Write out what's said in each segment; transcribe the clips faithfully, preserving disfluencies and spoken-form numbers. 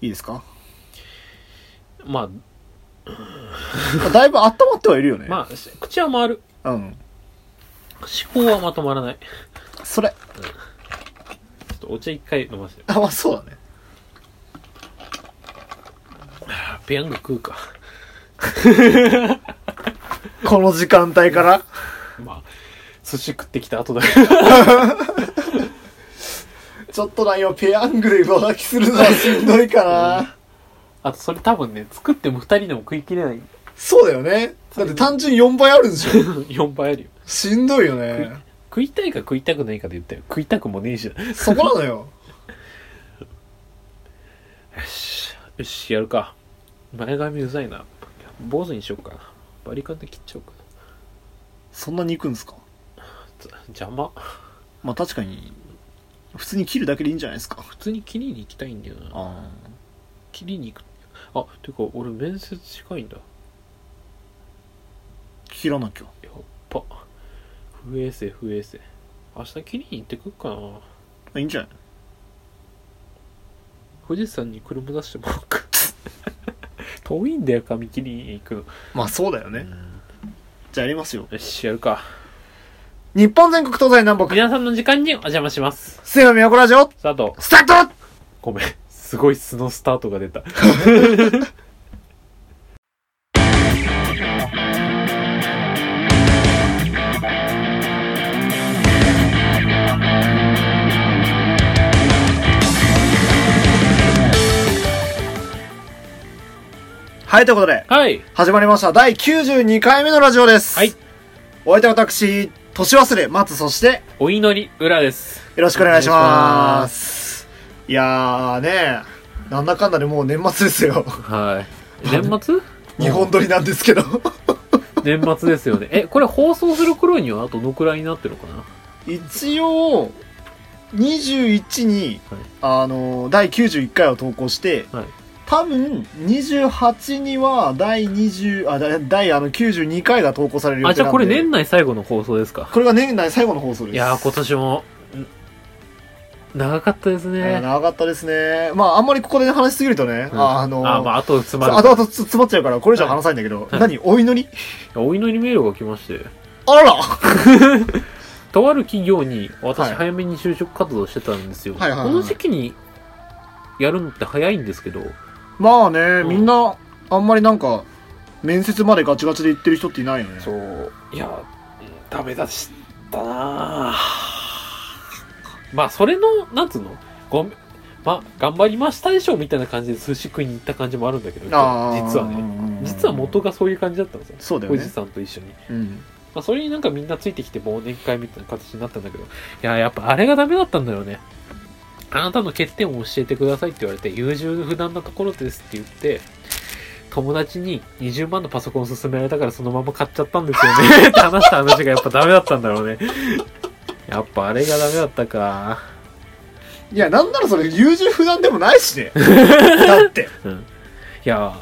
いいですか？ まあだいぶ温まってはいるよね。 まあ口は回る。 うん。 思考はまとまらない。 それ、 うん、ちょっとお茶一回飲ませて。 あ、まあそうだね。 ペヤング食うか。 この時間帯からまあ寿司食ってきた後だけちょっとな、今ペヤングで上書きするのはしんどいかな、うん、 あとそれ多分ね、作ってもふたりでも食い切れない。 そうだよね。だって単純によんばいあるんでしょよんばいあるよ。 しんどいよね。 食いたいか食いたくないかで言ったよ。食いたくもねえし。 そこなのよ。 よしよし、やるか。前髪うざいな。坊主にしようかな。バリカンで切っちゃおうかな。 そんなに行くんですか？ 邪魔。 まあ確かに普通に切るだけでいいんじゃないですか。 普通に切りに行きたいんだよな。 あ切りに行く。あ、てか俺面接近いんだ。 切らなきゃ。 やっぱ不衛生不衛生。明日切りに行ってくっかな。 いいんじゃない？ 富士山に車出してもらおうか。遠いんだよ、髪切りに行くの。 まあそうだよね。じゃあやりますよ。 よし、やるか。 日本全国東西南北。 皆さんの時間にお邪魔します。 せーの、都ラジオ。 スタート。 スタート。 ごめん。すごい素のスタートが出た。 はい、ということで、 はい。 始まりました。だいきゅうじゅうにかいめのラジオです。 はい。 お相手は私、年忘れ、松、そして、 お祈り、裏です。 よろしくお願いします。いやーね、なんだかんだでもう年末ですよ。 はい。年末日本撮りなんですけど。 年末ですよね。え、これ放送する頃にはどのくらいになってるのかな？ 一応、にじゅういちに、 はい、 あの、だいきゅうじゅういっかいを投稿して、はい、多分、にじゅうはちには、第にじゅう、あ、第あのきゅうじゅうにかいが投稿される予定なんで。 あ、じゃあこれ年内最後の放送ですか？ これが年内最後の放送です。 いやー、今年も、長かったですね。 長かったですね。まあ、あんまりここで話しすぎるとね、うん、あのー、 あ、まあ、あと詰まる。 あとあと詰まっちゃうから、これ以上話さないんだけど、はい、何お祈りお祈りメールが来まして。 あらとある企業に私早めに就職活動してたんですよ。はいはいはいはい、この時期にやるのって早いんですけど。 まあね、うん、みんなあんまりなんか面接までガチガチで行ってる人っていないよね。 そう。いや、ダメだしたなまあそれのなんつうのごめんまあ頑張りましたでしょみたいな感じで寿司食いに行った感じもあるんだけど、実はね実は元がそういう感じだったんですよ。 そうだよね。 富士山と一緒に。 うんまあ、それになんかみんなついてきて忘年会みたいな形になったんだけど、いややっぱあれがダメだったんだよね。あなたの欠点を教えてくださいって言われて、優柔不断なところですって言って、友達ににじゅうまんのパソコンを勧められたからそのまま買っちゃったんですよねって話した話がやっぱダメだったんだろうね。やっぱあれがダメだったか。 いや、なんならそれ優柔不断でもないしね。だって。 うん、いや、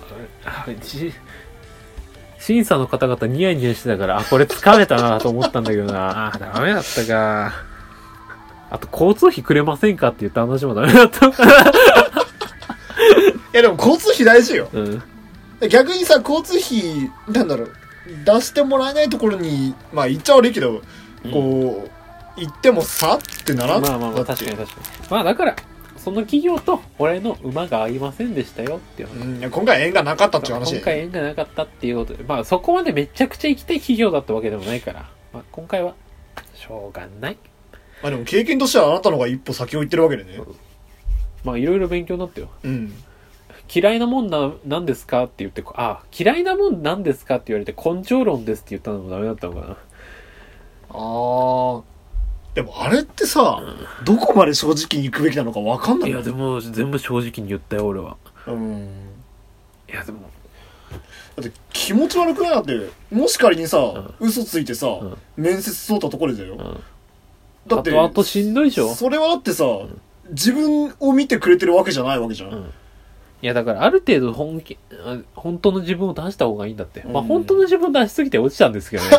審査の方々ニヤニヤしてたから、あ、これ疲れたなと思ったんだけどな。あ、ダメだったか。あと、交通費くれませんかって言った話もダメだったから。いや、でも交通費大事よ。 うん、 逆にさ、交通費、なんだろう、出してもらえないところに、まあ言っちゃ悪いけど、こう、行ってもさってならん。 まあまあまあ、確かに確かに。まあだから、その企業と俺の馬が合いませんでしたよっていう話。 うん、いや今回縁がなかったっていう話。 今回縁がなかったっていうことで、まあそこまでめちゃくちゃ行きたい企業だったわけでもないから、まあ今回は、しょうがない。 まあでも経験としてはあなたの方が一歩先を行ってるわけでね。 まあいろいろ勉強になったよ。 うん。 嫌いなもんな、なんですかって言って、あ、嫌いなもんなんですかって言われて根性論ですって言ったのもダメだったのかな。 ああ。でもあれってさ、うん、どこまで正直に行くべきなのか分かんない。 いやでも全部正直に言ったよ俺は。うん。いやでもだって気持ち悪くない？だってもし仮にさ、うん、嘘ついてさ、うん、面接通ったところでだよ。うん、だってあとしんどいでしょ。 それはだってさ、うん、自分を見てくれてるわけじゃないわけじゃん。うん、 いやだからある程度本気本当の自分を出した方がいいんだって。うん、まあ本当の自分出しすぎて落ちたんですけどね。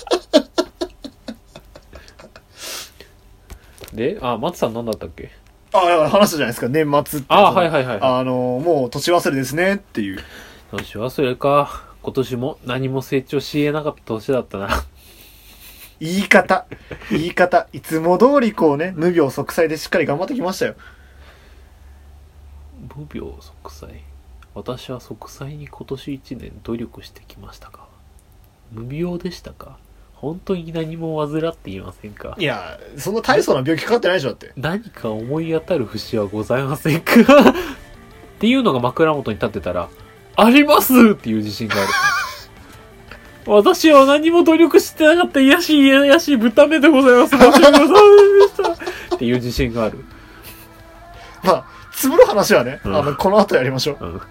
で、あ、松さん何だったっけ？ あ、話したじゃないですか、年末って。 あ、はいはいはい。 あの、もう年忘れですねっていう。 年忘れか。今年も何も成長し得なかった年だったな。 言い方。言い方。いつも通りこうね、無病息災でしっかり頑張ってきましたよ。 無病息災。私は息災に今年一年努力してきましたか。無病でしたか。本当に何も患っていませんか。 いや、そんな大層な病気かかってないでしょ、だって。 何か思い当たる節はございませんかっていうのが枕元に立ってたら、ありますっていう自信がある。私は何も努力してなかった癒しい癒しい豚目でございます。申し訳ございませんでしたっていう自信がある。 まあ、つぶる話はね、 うん、 あの、この後やりましょう。 うん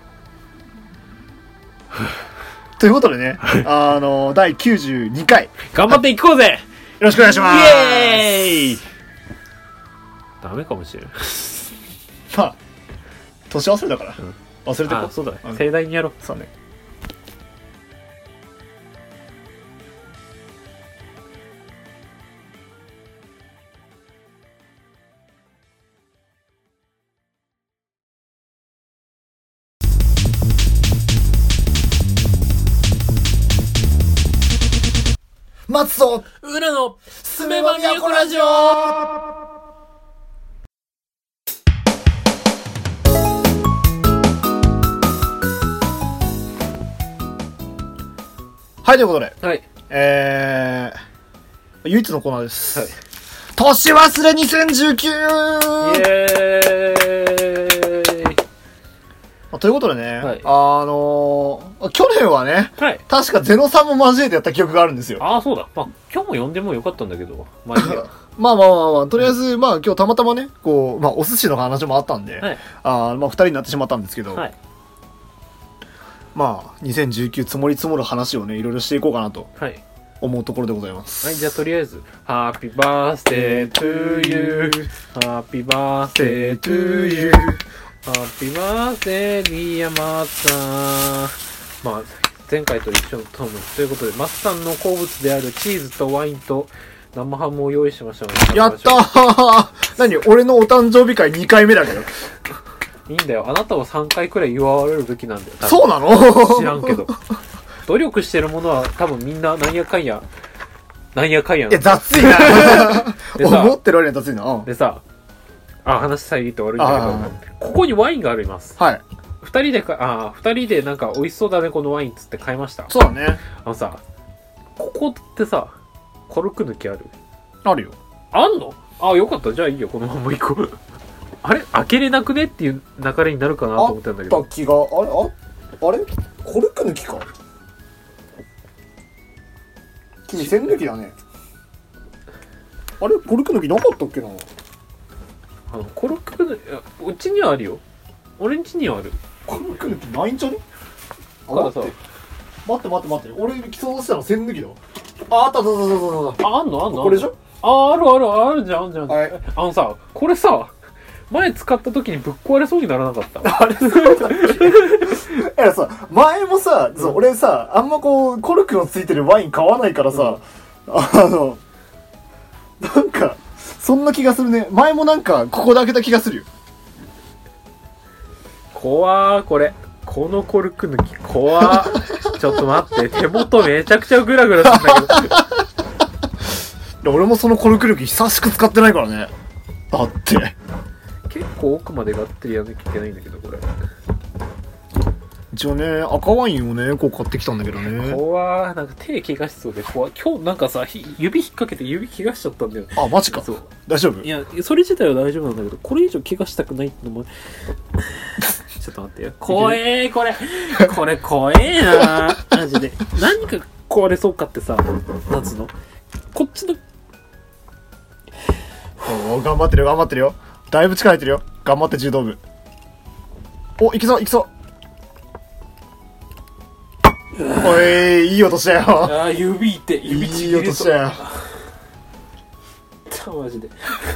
ということでね、あの、だいきゅうじゅうにかい。 頑張っていこうぜ、よろしくお願いします。 イエーイ。ダメかもしれない。 まあ、年忘れだから。うん、忘れてこう。そうだね。うん、盛大にやろう。 そうね。松戸浦のすめば都ラジオ。 はい、ということで、 はい、 えー、唯一のコーナーです。はい、年忘れにせんじゅうきゅう。イエーイ。 ということでね、はい、あのー、去年はね、 はい、 確かゼノさんも交えてやった記憶があるんですよ。 ああ、そうだ。まあ、今日も呼んでもよかったんだけど、まあいいや。 まあまあまあまあ、とりあえず、うん、まあ今日たまたまね、こう、まあお寿司の話もあったんで、はい、あまあ二人になってしまったんですけど、はい、まあ、にせんじゅうきゅう積もり積もる話をね、いろいろしていこうかなと。はい。思うところでございます。 はい、じゃあとりあえず、Happy Birthday to you、Happy Birthday to you、Happy Birthday dear 松さん。まあ、前回と一緒のトムということで、松さんの好物であるチーズとワインと生ハムを用意しましたので。やったー何俺のお誕生日会にかいめだけど。 いいんだよ。あなたはさんかいくらい祝われるべきなんだよ。 そうなの知らんけど。努力してるものは多分みんななんやかんや、なんやかんや。 いや、雑いな思ってる割には雑いな。 でさ、あ、話遮って悪いんだけど、ここにワインがあります。 はい。 二人でか、あ、二人でなんか美味しそうだね、このワインっつって買いました。 そうだね。 あのさ、ここってさ、コルク抜きある？ あるよ。 あんの？あ、よかった。じゃあいいよ、このまま行こう。あれ開けれなくねっていう流れになるかなと思ったんだけど。 あった気が、あれああれコルク抜きか。君栓抜きだね。あれコルク抜きなかったっけな。 あのコルク抜き、うちにはあるよ。俺んちにはある。 コルク抜きないんじゃね。あ、待って。待って待って待って。俺基礎としたの栓抜きだ。あ、あったあったあったあった。 あ、あんのあんのこれでしょ。 あ、あるあるあるじゃん、あるじゃん。 はい。 あのさ、これさ、前使った時にぶっ壊れそうにならなかった。 あれそうだっけ。いやさ、前もさ、そう、うん、俺さ、あんまこう、コルクのついてるワイン買わないからさ、うん、あの、なんか、そんな気がするね。前もなんか、ここで開けた気がするよ。 怖ー、これ。このコルク抜き、怖ー。ちょっと待って、手元めちゃくちゃグラグラするんだけど。いや、俺もそのコルク抜き久しく使ってないからね。だって。 結構奥までがっつりやんなきゃいけないんだけど、これ。 一応ね、赤ワインをね、こう買ってきたんだけどね。 怖ー、なんか手怪我しそうで怖い。今日なんかさ、指引っ掛けて指怪我しちゃったんだよ。 あ、マジか。そう。大丈夫？ いや、それ自体は大丈夫なんだけど、これ以上怪我したくないってのも。ちょっと待ってよ。怖えー、これ。これ怖えなー。マジで。何か壊れそうかってさ、なんつうの？こっちの。 おー、頑張ってるよ、頑張ってるよ。だいぶ力入ってるよ。頑張って柔道部。お、いきそう、いきそう。おい、いい音したよ。 ああ、指痛い。指いい音したよ。 マジで。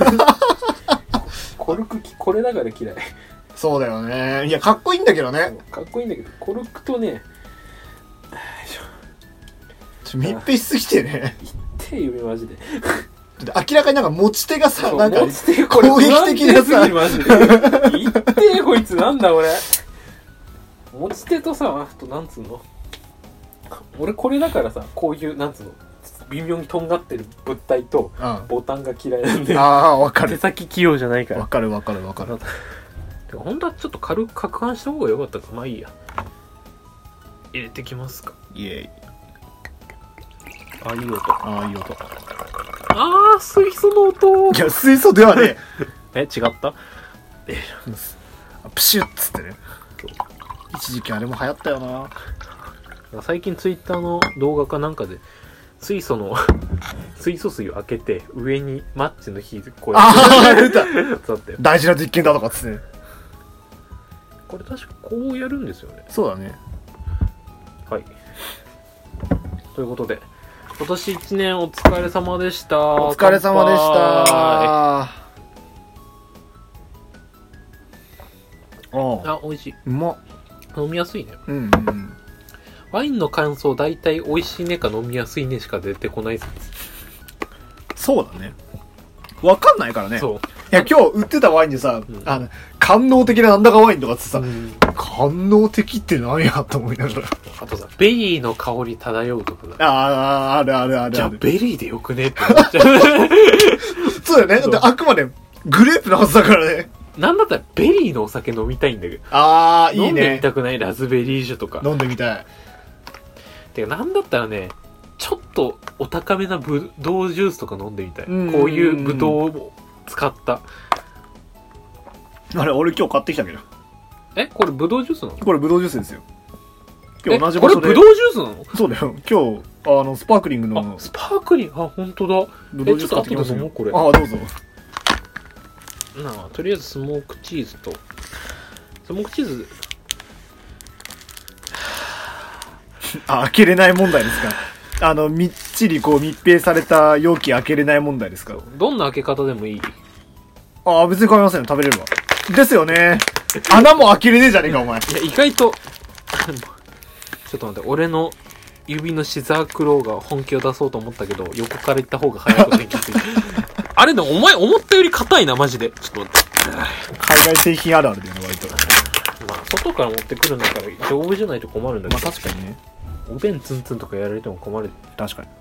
コルク、これだから嫌い。 そうだよね。いや、かっこいいんだけどね。 かっこいいんだけど、コルクとね、 ちょ密閉しすぎてね。 痛い指マジで。 明らかになんか持ち手がさ、なんか持ち手これ攻撃的なさ、 マジで言ってよこいつなんだ俺。持ち手とさ、あとなんつうの、俺これだからさ、こういうなんつうの微妙にとんがってる物体とボタンが嫌いなんで、 うん、ああわかる、 手先器用じゃないから。 わかるわかるわかる。 本当はちょっと軽く攪拌した方が良かったか。まあいいや、入れてきますか。 イエーイ。 あ、いい音。 ああいい音。 あー、水素の音。 いや水素ではねえ、違ったえプシュッつってね。一時期あれも流行ったよな。 最近ツイッターの動画かなんかで水素の水素水を開けて上にマッチの火こうやってああ出た大事な実験だとかっつってね。 これ確かこうやるんですよね。 そうだね。 はい、ということで今年いちねんお疲れ様でした。 お疲れ様でした。 あ、美味しい。 うまっ。 飲みやすいね。 うんうん。 ワインの感想大体美味しいねか飲みやすいねしか出てこない説。 そうだね。わかんないからね。 そう。 いや今日売ってたワインでさ、うん、あの官能的ななんだかワインとかってさ、うん、官能的って何やと思いながら。 あとさ、ベリーの香り漂うとかだ。ああ、あるあるあるある。 じゃあベリーでよくねって思っちゃう。 そうだよね。だってあくまでグレープのはずだからね。 なんだったらベリーのお酒飲みたいんだけど。 ああ、いいね。 飲んでみたくない？ラズベリー酒とか。 飲んでみたい。 てかなんだったらね、ちょっとお高めなブドウジュースとか飲んでみたい。こういうブドウを使った。 あれ、俺今日買ってきたけど。 え、これブドウジュースなの？ これブドウジュースですよ。今日同じ場所で。 これブドウジュースなの？ そうだよ。今日、あの、スパークリングの。 スパークリング、あ、ほんとだ。 ブドウジュース買ってきましたよ。 これ。 ああ、どうぞ。 なあ、とりあえずスモークチーズと、スモークチーズ、 あ、開けれない問題ですか？あの、みっちりこう密閉された容器開けれない問題ですか？ どんな開け方でもいい？ ああ、別に構いませんよ。食べれるわ。ですよね。穴も開けれねえじゃねえか、お前。 いや、意外と、ちょっと待って、俺の指のシザークローが本気を出そうと思ったけど、横から行った方が早くできる。あれでもお前思ったより硬いな、マジで。ちょっと待って。 海外製品あるあるだよね、割と。 まあ、外から持ってくるんだから丈夫じゃないと困るんだけど。 まあ確かにね。 おでんツンツンとかやられても困る。 確かに。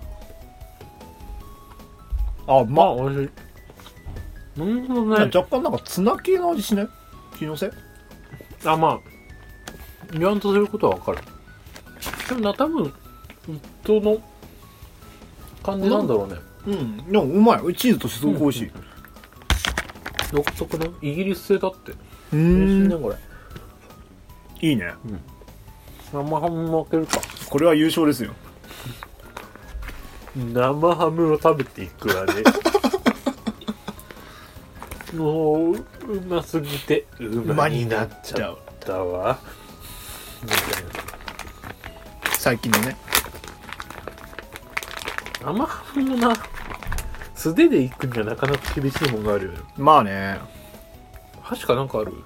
あ、まあ、 美味しい。なんだろうね。 若干なんかツナ系の味しない？気のせい？ あ、まあ、言わんとすることはわかる。でもな、多分、人の感じなんだろうね。 うん。でもうまい。チーズとしてすごく美味しい。うんうんうん、独特のイギリス製だって。 うーん。 美味しいね、これ。 いいね。 うん。生ハムも開けるか。 これは優勝ですよ。 生ハムを食べていくわね。もう、うますぎて、うまになっちゃったわ。みたいな。 最近のね。 生ハムもな、素手でいくにはなかなか厳しいもんがあるよね。 まあね。 箸かなんかある？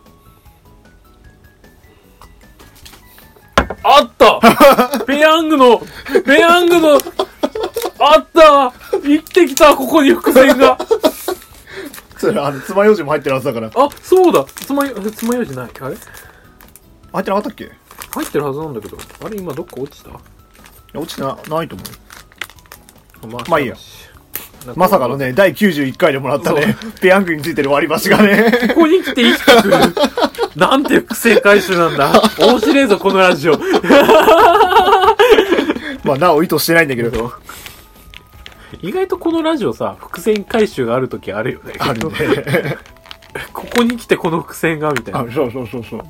あったペヤングの、ペヤングの、あった生きてきたここに伏線がそれ、あの、爪楊枝も入ってるはずだから。 あ、そうだつまよ、つまようじないあれ入ってなかったっけ？ 入ってるはずなんだけど。あれ今どっか落ちた？いや落ちてな、ないと思う。 まあ、 まあいいや。まさかのね、だいきゅうじゅういっかいでもらったね、ペヤングについてる割り箸がね。 ここに来て生きてくる。なんて伏線回収なんだ。面白いぞ、このラジオ。 まあ、なお意図してないんだけど。 意外とこのラジオさ、伏線回収があるときあるよね。 あるね。 ここに来てこの伏線が、みたいな。 あ、そうそうそうそう。も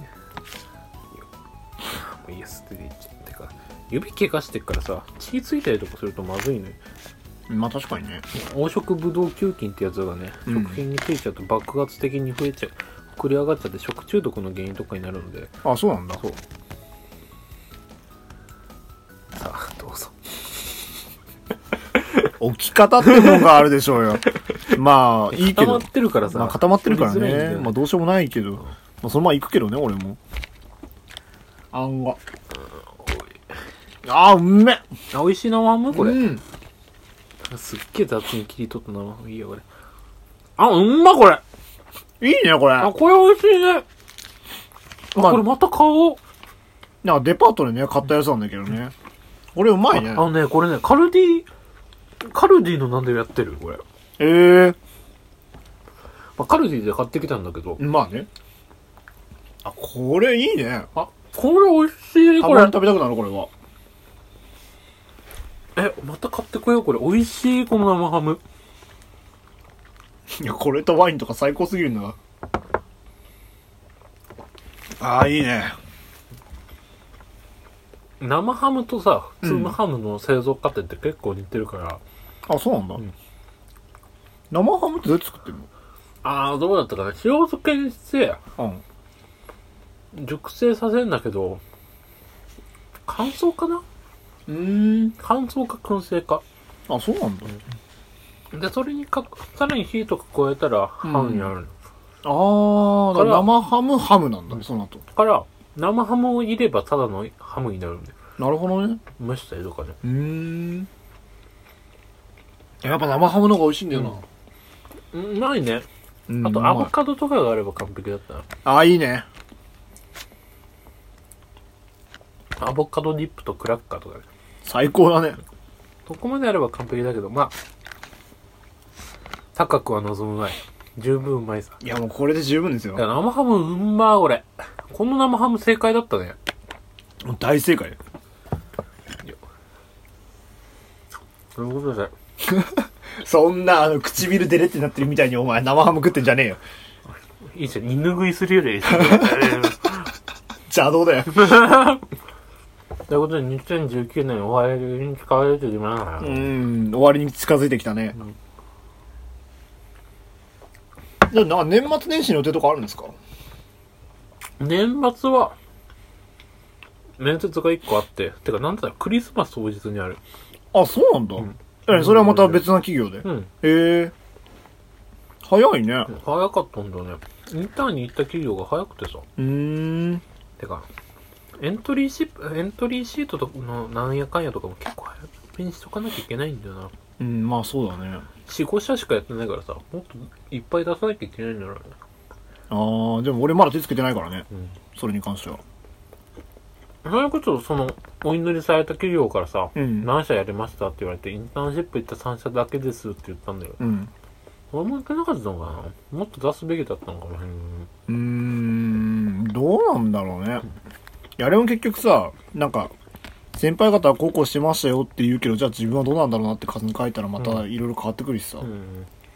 ういいや、捨てていっちゃってか。指怪我してっからさ、血ついたりとかするとまずいね。 まあ確かにね。 黄色ブドウ球菌ってやつがね、 うん、 食品についちゃうと爆発的に増えちゃう。膨れ上がっちゃって食中毒の原因とかになるので。 あ、そうなんだ。 そう。さあ、どうぞ。 置き方ってもんがあるでしょうよ。まあ、いいけど。 固まってるからさ。 まあ固まってるからね。まあどうしようもないけど。まあそのまま行くけどね、俺も。あんが。あー、うめっ。 あ、美味しいな、ワンムこれ。 うん。 すっげえ雑に切り取ったな。いいよ、これ。あ、うんま、これ。 いいね、これ。 あ、これ美味しいね。 まあこれまた買おう。 なんかデパートでね、買ったやつなんだけどね。これうまいね。 あのね、これね、カルディ、カルディのなんでやってるこれ。 ええー。 まあ、カルディで買ってきたんだけど。 まあね。あ、これいいね。 あ、これ美味しい、これ。 たまに食べたくなる、これは。 え、また買ってこよう、これ。美味しい、この生ハム。 いや、これとワインとか最高すぎるんだ。ああ、いいね。 生ハムとさ、普通のハムの製造過程って結構似てるから。 あ、そうなんだ。 うん、 生ハムってどうやって作ってんの？ あー、どうだったかな。塩漬けにして、うん。熟成させるんだけど、乾燥かな？ うーん。 乾燥か燻製か。 あ、そうなんだ。 うん、で、それにか、さらに火とか加えたら、ハムになるの。 ああ、だから生ハム、ハムなんだね、その後。 だから、生ハムを入ればただのハムになるんだよ。 なるほどね。 蒸したりとかね。 うーん。やっぱ生ハムの方が美味しいんだよな。 うん、うまいね。 うん、 あと、アボカドとかがあれば完璧だったな。 ああ、いいね。 アボカドディップとクラッカーとかね。 最高だね。 そこまであれば完璧だけど、まあ、高くは望むまい。十分うまいさ。 いや、もうこれで十分ですよ。 いや、生ハムうんまー、これ。この生ハム正解だったね。 もう大正解。 そういうことで。 そんな、あの、唇デレってなってるみたいにお前生ハム食ってんじゃねえよ。 いいじゃん、犬食いするよりいいじゃん。 邪道だよ。 ということで、にせんじゅうきゅうねん終わりに使われてるな。 うーん、終わりに近づいてきたね。 うんじゃあ、なんか年末年始の予定とかあるんですか？ 年末は、面接がいっこあって、てか、なんだろう、クリスマス当日にある。 あ、そうなんだ。 うん、 え、それはまた別な企業で。 うん。 へえ。早いね。 早かったんだね。インターンに行った企業が早くてさ。 うーん。 てか、エントリーシップ、エントリーシートとかのなんやかんやとかも結構早めにしとかなきゃいけないんだよな。 うん、まあそうだね。 よん、ご社しかやってないからさ、もっといっぱい出さなきゃいけないんだろうね。 ああ、でも俺まだ手つけてないからね。 うん。 それに関しては。 それこそ、その、お祈りされた企業からさ、 うん。 何社やりましたって言われて、インターンシップ行ったさん社だけですって言ったんだよ。 うん。 俺も行けなかったのかな、もっと出すべきだったのかもしれない。 うーん、どうなんだろうね。いや、あれも結局さ、なんか、先輩方はこうこうしてましたよって言うけど、じゃあ自分はどうなんだろうなって数に書いたらまたいろいろ変わってくるしさ。 うん。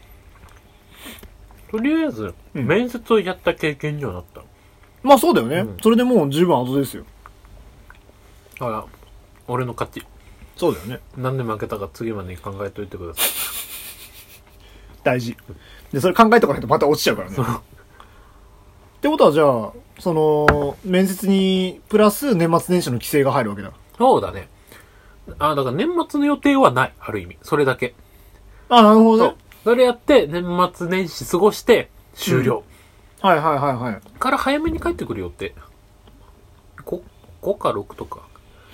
とりあえず、 うん面接をやった経験にはなった。 まあそうだよね。 うんそれでもう十分後ですよ。 だから、俺の勝ち。 そうだよね。 なんで負けたか次までに考えといてください。 大事。で、それ考えとかないとまた落ちちゃうからね。ってことはじゃあ、その、面接に、プラス年末年始の規制が入るわけだ。 そうだね。あ、だから年末の予定はない。ある意味。それだけ。 あ、なるほどね。 それやって、年末年始過ごして、終了。 はいはいはいはい。 から早めに帰ってくるよって。ご、ごかろくとか。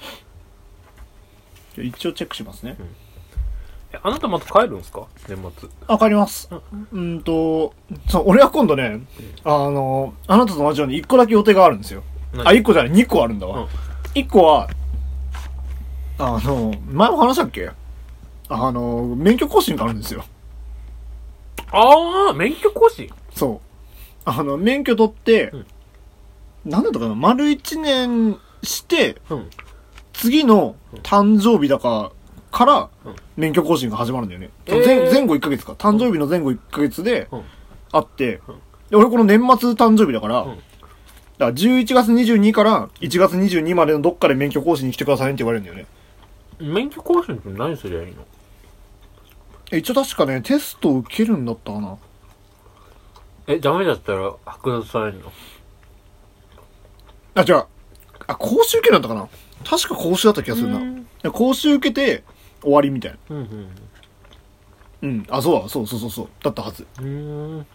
一応チェックしますね。 え、あなたまた帰るんですか年末。 あ、帰ります。うんと、そう、俺は今度ね、あの、あなたと同じように一個だけ予定があるんですよ。 何あ、一個じゃない、二個あるんだわうん。 一個は、あの、前も話したっけ？あの、免許更新があるんですよ。 あー、免許更新。 そう。あの、免許取って、 うんなんだったかな、丸一年して、 うん。 次の誕生日だか、からうん、 免許更新が始まるんだよね。 えー前前後いっかげつか。誕生日の前後いっかげつでうん、 あってうん、 で俺この年末誕生日だから、 うんだからじゅういちがつにじゅうにからいちがつにじゅうにまでのどっかで免許更新に来てくださいねって言われるんだよね。 免許更新って何すりゃいいの？ え一応確かね、テストを受けるんだったかな。 え、ダメだったら剥奪されるの？ あ、違う。あ、講習受けるんだったかな。確か講習だった気がするな。 うんで講習受けて終わりみたいな。 うんうんうん。あ、そうだ。そうそうそうそう。だったはず。だかうーん。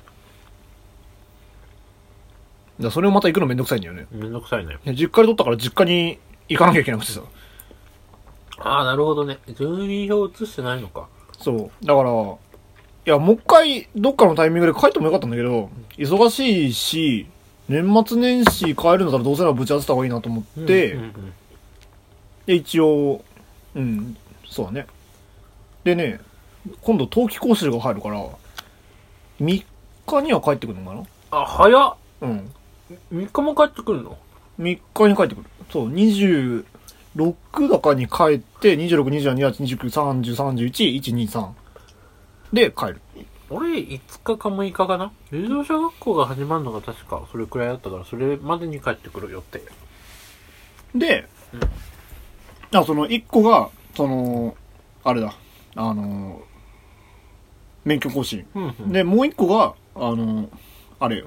らそれをまた行くのめんどくさいんだよね。 めんどくさいね。 いや実家で取ったから実家に行かなきゃいけなくてさ。 ああ、なるほどね。住民票移してないのか。 そうだからいやもう一回どっかのタイミングで帰ってもよかったんだけど、忙しいし年末年始帰るんだったらどうせならぶち合わせた方がいいなと思って、 うんうんうん、 で一応うんそうだね。でね今度冬季講習が入るからみっかには帰ってくるのかな。 あ、早っ。 うん。 みっかも帰ってくるの？ みっかに帰ってくる。そう、にじゅうろくだかに帰って、にじゅうろく、にじゅうなな、にじゅうはち、にじゅうきゅう、さんじゅう、さんじゅういち、いち、に、さん。で、帰る。 俺、いつかかむいかかな。自動車学校が始まるのが確かそれくらいだったから、それまでに帰ってくる予定。 で、うん、あ、そのいっこが、その、あれだ、あの、免許更新。 うんうん、 で、もういっこが、あの、あれよ。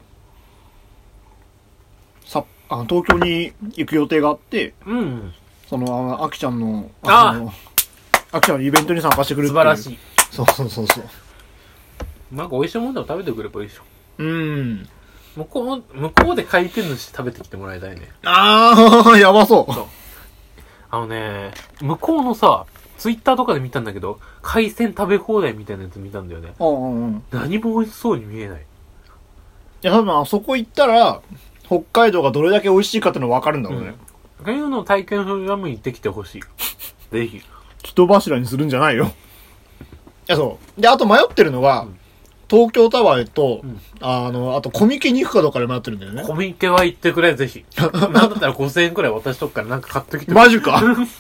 さ、あの東京に行く予定があって、 うん、 その、あ、あきちゃんの、 あの、あきちゃんのイベントに参加してくれる素晴らしい。 そうそうそうそう。 なんか美味しいものでも食べてくればいいでしょ。 うん。 向こう、向こうで回転寿司食べてきてもらいたいね。 あー、やばそう。 そう。あのね、向こうのさ、ツイッターとかで見たんだけど、海鮮食べ放題みたいなやつ見たんだよね。 うんうんうん。 何も美味しそうに見えない。いや、多分あそこ行ったら、北海道がどれだけ美味しいかっての分かるんだろうね。 うん。そういうのを体験するために行ってきてほしい。ぜひ。 人柱にするんじゃないよ。いや、そう。で、あと迷ってるのが、うん、東京タワーと、うん、あの、あとコミケに行くかどうかで迷ってるんだよね。 コミケは行ってくれ、ぜひ。なんだったらごせんえんくらい渡しとくからなんか買ってきて。 マジか。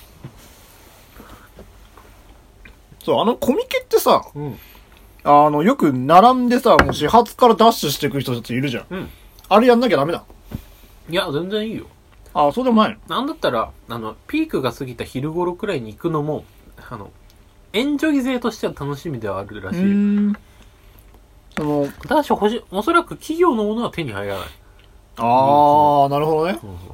そう、あのコミケってさ、うん、あの、よく並んでさ、もう始発からダッシュしていく人たちいるじゃん。うん、あれやんなきゃダメだ。 いや、全然いいよ。 ああ、そうでもないの？ なんだったら、あの、ピークが過ぎた昼頃くらいに行くのも、あの、エンジョイ勢としては楽しみではあるらしい。うーん。その、ただし、ほし、おそらく企業のものは手に入らない。 ああ、なるほどね。うん、い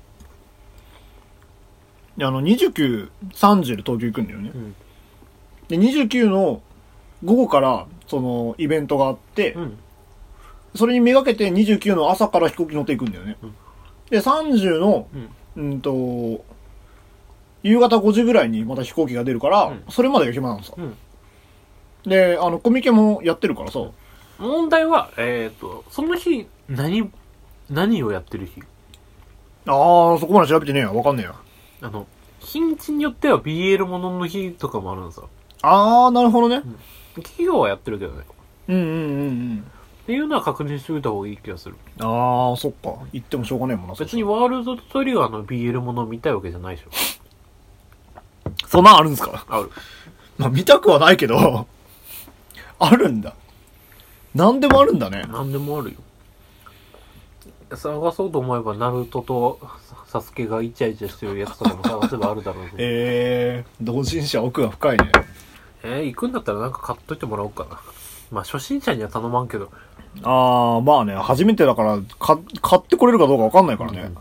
や、あの、にじゅうきゅう、さんじゅうで東京行くんだよね。うん、で、にじゅうきゅうの午後から、その、イベントがあって、うん、それにめがけてにじゅうきゅうの朝から飛行機乗っていくんだよね。うん、で、さんじゅうの、うん、うんと、夕方ごじぐらいにまた飛行機が出るから、うん、それまでが暇なのさ。うん、で、あの、コミケもやってるからさ。 問題は、えっと、その日、何、何をやってる日？ ああ、そこまで調べてねえや。わかんねえや。 あの、日にちによっては ビーエル ものの日とかもあるのさ。 ああ、なるほどね、 うん。企業はやってるけどね。 うんうんうんうん。 っていうのは確認しておいた方がいい気がする。 ああ、そっか。言ってもしょうがねえもんな。 別にワールドトリガーの ビーエル ものを見たいわけじゃないでしょ。 そんなんあるんですか？ ある。 まあ見たくはないけど、あるんだ。なんでもあるんだね。 なんでもあるよ。探そうと思えば、ナルトとサスケがイチャイチャしてるやつとかも探せばあるだろうし。 えー、同人誌は奥が深いね。 えー、行くんだったらなんか買っといてもらおうかな。まあ初心者には頼まんけど。 あー、まあね、初めてだからか買ってこれるかどうかわかんないからね。うんうん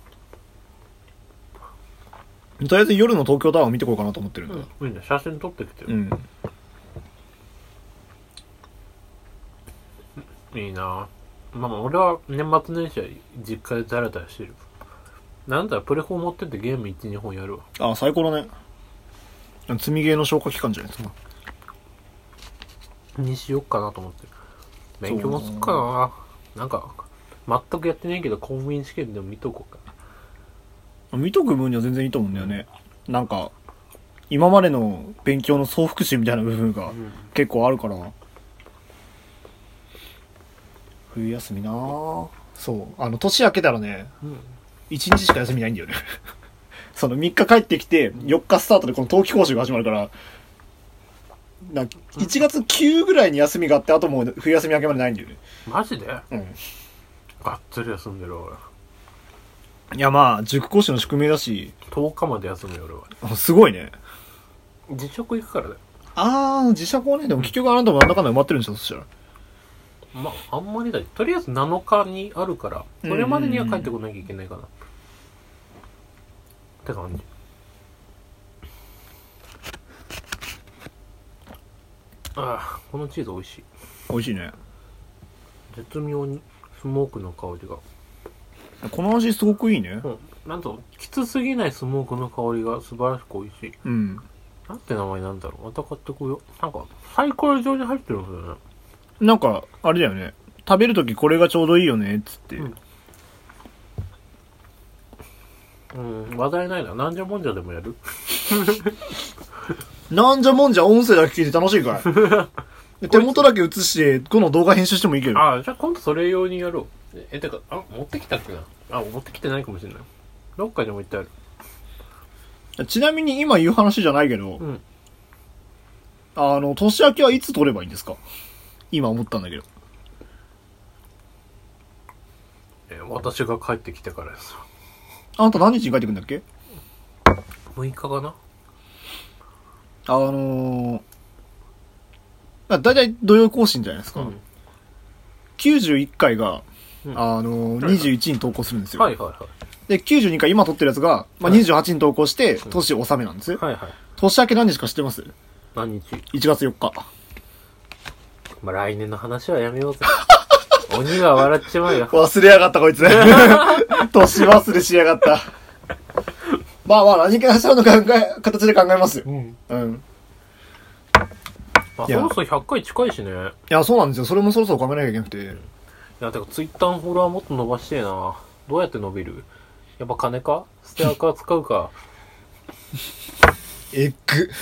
うん、とりあえず夜の東京タワーを見てこようかなと思ってるんだ。 うん、いいね、写真撮ってきてよ。うん。いいなぁ。まあ俺は年末年始は実家でダラダラしてる。なんだらプレフォー持ってってゲームいち、にほんやるわ。 ああ、最高だね。積みゲーの消化期間じゃないですか。 にしよっかなと思ってる。勉強もすっかな。なんか、全くやってないけど公務員試験でも見とこうかな。見とく分には全然いいと思うんだよね。なんか、今までの勉強の総復習みたいな部分が結構あるから。うん、冬休みなぁ。そう。あの、年明けたらね、うん、いちにちしか休みないんだよね。そのみっか帰ってきて、よっかスタートでこの冬季講習が始まるから、ないちがつくぐらいに休みがあって、あともう冬休み明けまでないんだよね。 マジで？ うん。 がっつり休んでる俺。 いやまあ、塾講師の宿命だし。 とおかまで休むよ俺は。すごいね。 自職行くからだよ。 あー、自職はね、でも結局あなたもなんだかんだ埋まってるんでしょ、そしたら。 まあ、あんまりだよ。とりあえずなのかにあるから、それまでには帰ってこなきゃいけないかな。って感じ。ああ、このチーズ美味しい。 美味しいね。 絶妙にスモークの香りが。 この味すごくいいね。 うん。なんと、きつすぎないスモークの香りが素晴らしく美味しい。 うん。 なんて名前なんだろう。また買ってこよう。なんか、サイコロ状に入ってるんですよね。 なんか、あれだよね。食べるときこれがちょうどいいよね、っつって。 うんうん、話題ないな。なんじゃもんじゃでもやるなんじゃもんじゃ音声だけ聞いて楽しいかい手元だけ映して、この動画編集してもいいけど。 ああ、じゃあ今度それ用にやろう。え、てか、あ、持ってきたっけな。あ、持ってきてないかもしれない。どっかに置いてある。 ちなみに今言う話じゃないけど、 うん。 あの、年明けはいつ撮ればいいんですか？今思ったんだけど。 え、私が帰ってきてからです。 あんた何日に帰ってくるんだっけ？ むいかかな。 あのー、だいたい土曜更新じゃないですか。 うん、 きゅうじゅういっかいが、 うん、 あのー、にじゅういちに投稿するんですよ。 はいはいはい。 で、きゅうじゅうにかい今撮ってるやつが、まあ、にじゅうはちに投稿して、年納めなんです。 はいはい。 年明け何日か知ってます？ 何日？ いち 月よっか。 まあ、来年の話はやめようぜ。鬼が笑っちまうよ。 忘れやがったこいつ。年忘れしやがった。まあまあ何かしらの考え、形で考えますよ。 うん。 うん。 まあ、そろそろひゃっかい近いしね。 いや、そうなんですよ。それもそろそろ考えなきゃいけなくて。 いや、てかツイッターのフォロワーもっと伸ばしてえな。どうやって伸びる？やっぱ金か？ステアカー使うか。 エッグ。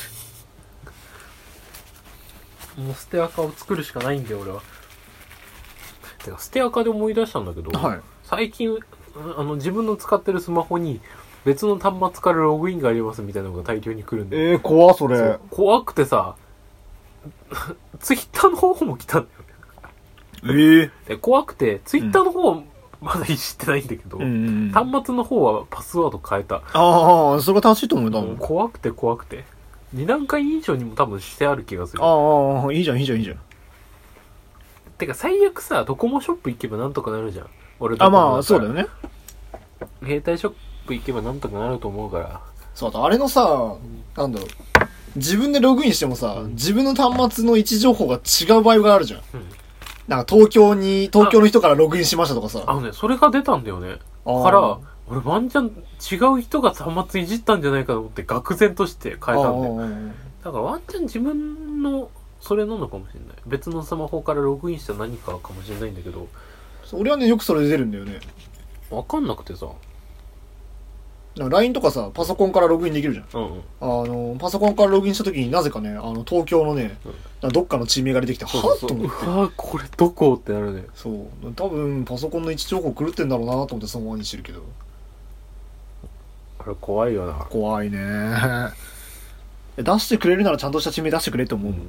もうステアカを作るしかないんだよ、俺は。てか、ステアカで思い出したんだけど、 はい。 最近、あの、自分の使ってるスマホに別の端末からログインがありますみたいなのが大量に来るんで。 えー、怖それ。 そう怖くてさ、ツイッターの方も来たんだよね。 ええで怖くて、ツイッターの方はまだいじってないんだけど、 ー。うんうん。 端末の方はパスワード変えた。 ああ、それが正しいと思うよ、多分。 怖くて怖くて。に段階以上にも多分してある気がする。 ああ、いいじゃん、いいじゃん、いいじゃん。 てか最悪さ、ドコモショップ行けばなんとかなるじゃん。俺あ、まあ、そうだよね。 携帯ショップ行けばなんとかなると思うから。 そうだ、あれのさ、なんだろう。自分でログインしてもさ、うん、自分の端末の位置情報が違う場合があるじゃん。うん、なんか東京に、東京の人からログインしましたとかさ。 あのね、それが出たんだよね。から、俺ワンチャン違う人が端末いじったんじゃないかと思って愕然として変えたんだよ。だからワンチャン自分の、それなのかもしれない。別のスマホからログインした何かかもしれないんだけど。 俺はね、よくそれで出るんだよね。 わかんなくてさ。 なんか ライン とかさ、パソコンからログインできるじゃん。 うんうん、 あの、パソコンからログインした時になぜかね、あの、東京のね、うん、どっかの地名が出てきて、はぁと思って。 うわこれどこってなるね。 そう。多分、パソコンの位置情報狂ってんだろうなと思ってそのままにしてるけど。 あれ怖いよな。 怖いね。出してくれるならちゃんとした地名出してくれって思うもん。うん、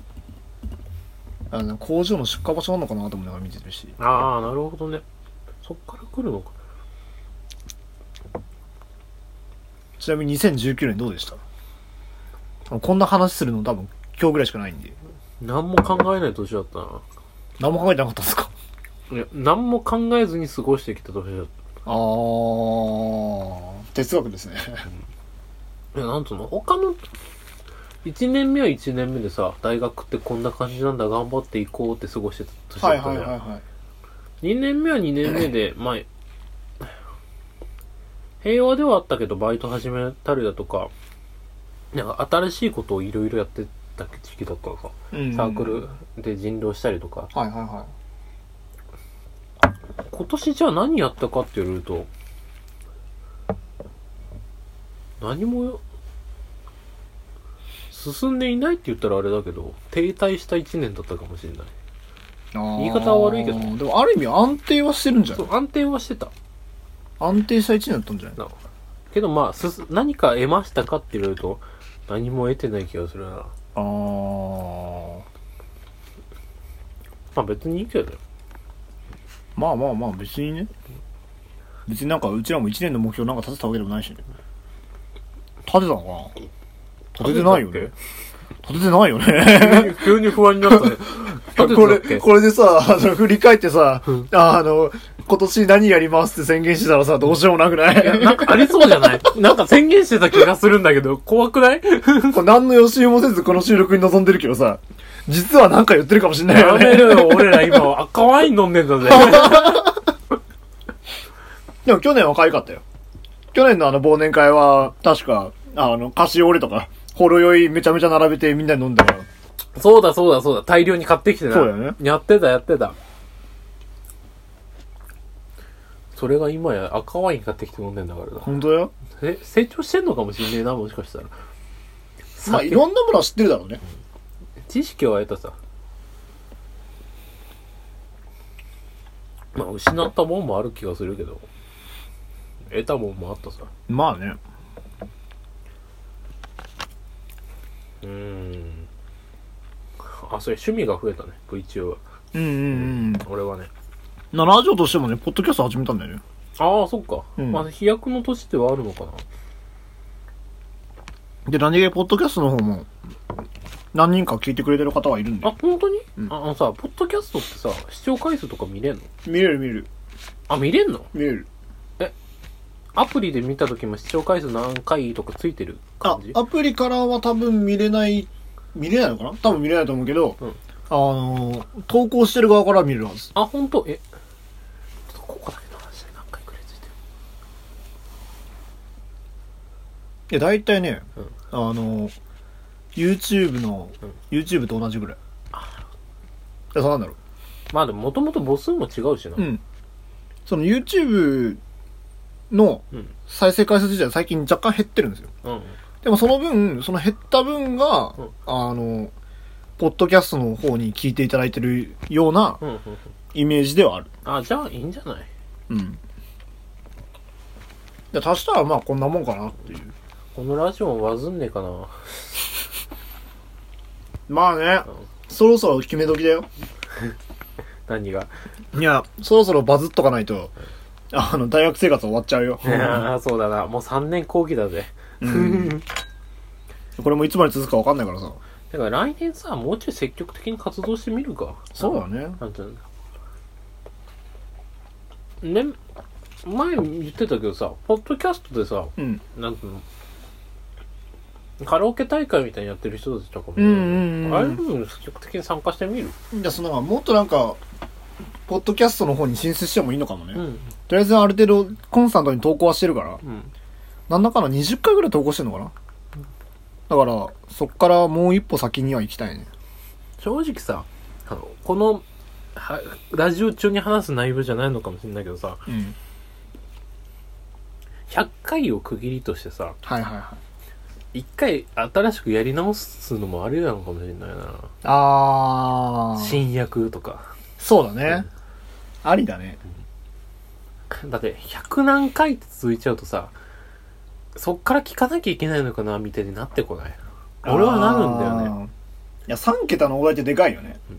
あの工場の出荷場所なのかなと思いながら見てるし。 ああ、なるほどね。そっから来るのか。 ちなみににせんじゅうきゅうねんどうでした？こんな話するの多分今日ぐらいしかないんで。 何も考えない年だったな。 何も考えてなかったんですか？ いや、何も考えずに過ごしてきた年だった。 あー、哲学ですね。 いや、なんつうの、他の、いちねんめはいちねんめでさ、大学ってこんな感じなんだ、頑張っていこうって過ごしてた年だったね。はいはいはいはい。にねんめはにねんめで、まあ、平和ではあったけど、バイト始めたりだとか、なんか新しいことをいろいろやってた時期だったからさ、うんうんうん、サークルで人狼したりとか。 はいはいはい。 今年じゃあ何やったかって言われると、何も進んでいないって言ったらあれだけど、停滞したいちねんだったかもしれない。言い方は悪いけど、ね、 でもある意味安定はしてるんじゃない？ そう、安定はしてた。 安定したいちねんだったんじゃない？ けどまあす何か得ましたかって言われると何も得てない気がするな。ああ。まあ別にいいけどね。 まあまあまあ別にね。別になんかうちらもいちねんの目標なんか立てたわけでもないしね。立てたのかな？立ててないよね。立ててないよね。 急に不安になったね。 これ、これでさ、あの、振り返ってさ、うん、あの、今年何やりますって宣言してたらさ、どうしようもなくない？ いや、なんかありそうじゃない？なんか宣言してた気がするんだけど、怖くない？ 何の予習もせずこの収録に臨んでるけどさ、実はなんか言ってるかもしんないよね。 やめるよ、俺ら今赤ワイン飲んでんだぜ。 でも去年は可愛かったよ。去年のあの忘年会は、確か、あの、カシオレとか、 ほろ酔いめちゃめちゃ並べてみんなで飲んだから。 そうだそうだそうだ。大量に買ってきてな。 そうだよね。 やってたやってた。それが今や赤ワイン買ってきて飲んでんだからな。 ほんとよ。 え、成長してんのかもしんねえな、もしかしたら。 まあいろんなものは知ってるだろうね。 知識を得たさ。まあ失ったもんもある気がするけど、得たもんもあったさ。 まあね。 うーん。あ、それ趣味が増えたね、ブイチュー は。 うんうんうん。 俺はね。 なラジオとしてもね、ポッドキャスト始めたんだよね。 ああ、そっか。 うん、 まあ飛躍の年ではあるのかな。 で、何気にポッドキャストの方も何人か聞いてくれてる方はいるんで。 あ、本当に、 うん、 あのさ、ポッドキャストってさ、視聴回数とか見れんの？ 見れる見れる。 あ、見れんの？ 見れる。 え、アプリで見た時も視聴回数何回とかついてる感じ？ あ、アプリからは多分見れない、見れないのかな？多分見れないと思うけど、うん、あの、投稿してる側から見れるはず。 あ、本当？え、ちょっとここだけの話で何回くらいついてる？ いや、だいたいね、 うん、 あの、YouTube の、うん、YouTube と同じぐらい。あいや、そうなんだろう。 まあでももともと母数も違うしな。 うん。その YouTube の再生回数自体は最近若干減ってるんですよ。うん。でもその分、その減った分が、うん、あの、ポッドキャストの方に聞いていただいてるようなイメージではある。 うんうんうん、あ、じゃあいいんじゃない？ うん。で、足したらまあこんなもんかなっていう。 このラジオもバズんねえかな。 まあね、うん、そろそろ決め時だよ。 何が？ いや、そろそろバズっとかないと、あの、大学生活終わっちゃうよ。 いやそうだな。もうさんねん後期だぜ。うん、 これもいつまで続くか分かんないからさ。 だから来年さ、もうちょい積極的に活動してみるか。 そうだね。 なんていうの？ね、前言ってたけどさ、ポッドキャストでさ、うん、なんていうの？カラオケ大会みたいにやってる人たちとかも、ね、うんうんうん、ああいうのに積極的に参加してみる？ いや、そのもっとなんか、ポッドキャストの方に進出してもいいのかもね。うん、とりあえずある程度コンスタントに投稿はしてるから、うん、なんだかんだにじゅっかいぐらい投稿してんのかな、うん、だから、そっからもう一歩先には行きたいね。 正直さ、あのこのはラジオ中に話す内容じゃないのかもしれないけどさ、うん、ひゃっかいを区切りとしてさ、 はいはいはい。 一回新しくやり直すのもありなのかもしれないな。 あー。 新薬とか。 そうだね。うん、ありだね。 だって、百何回って続いちゃうとさ、そっから聞かなきゃいけないのかな、みたいになってこない。俺はなるんだよね。 いや、さん桁の大台ってでかいよね。うん、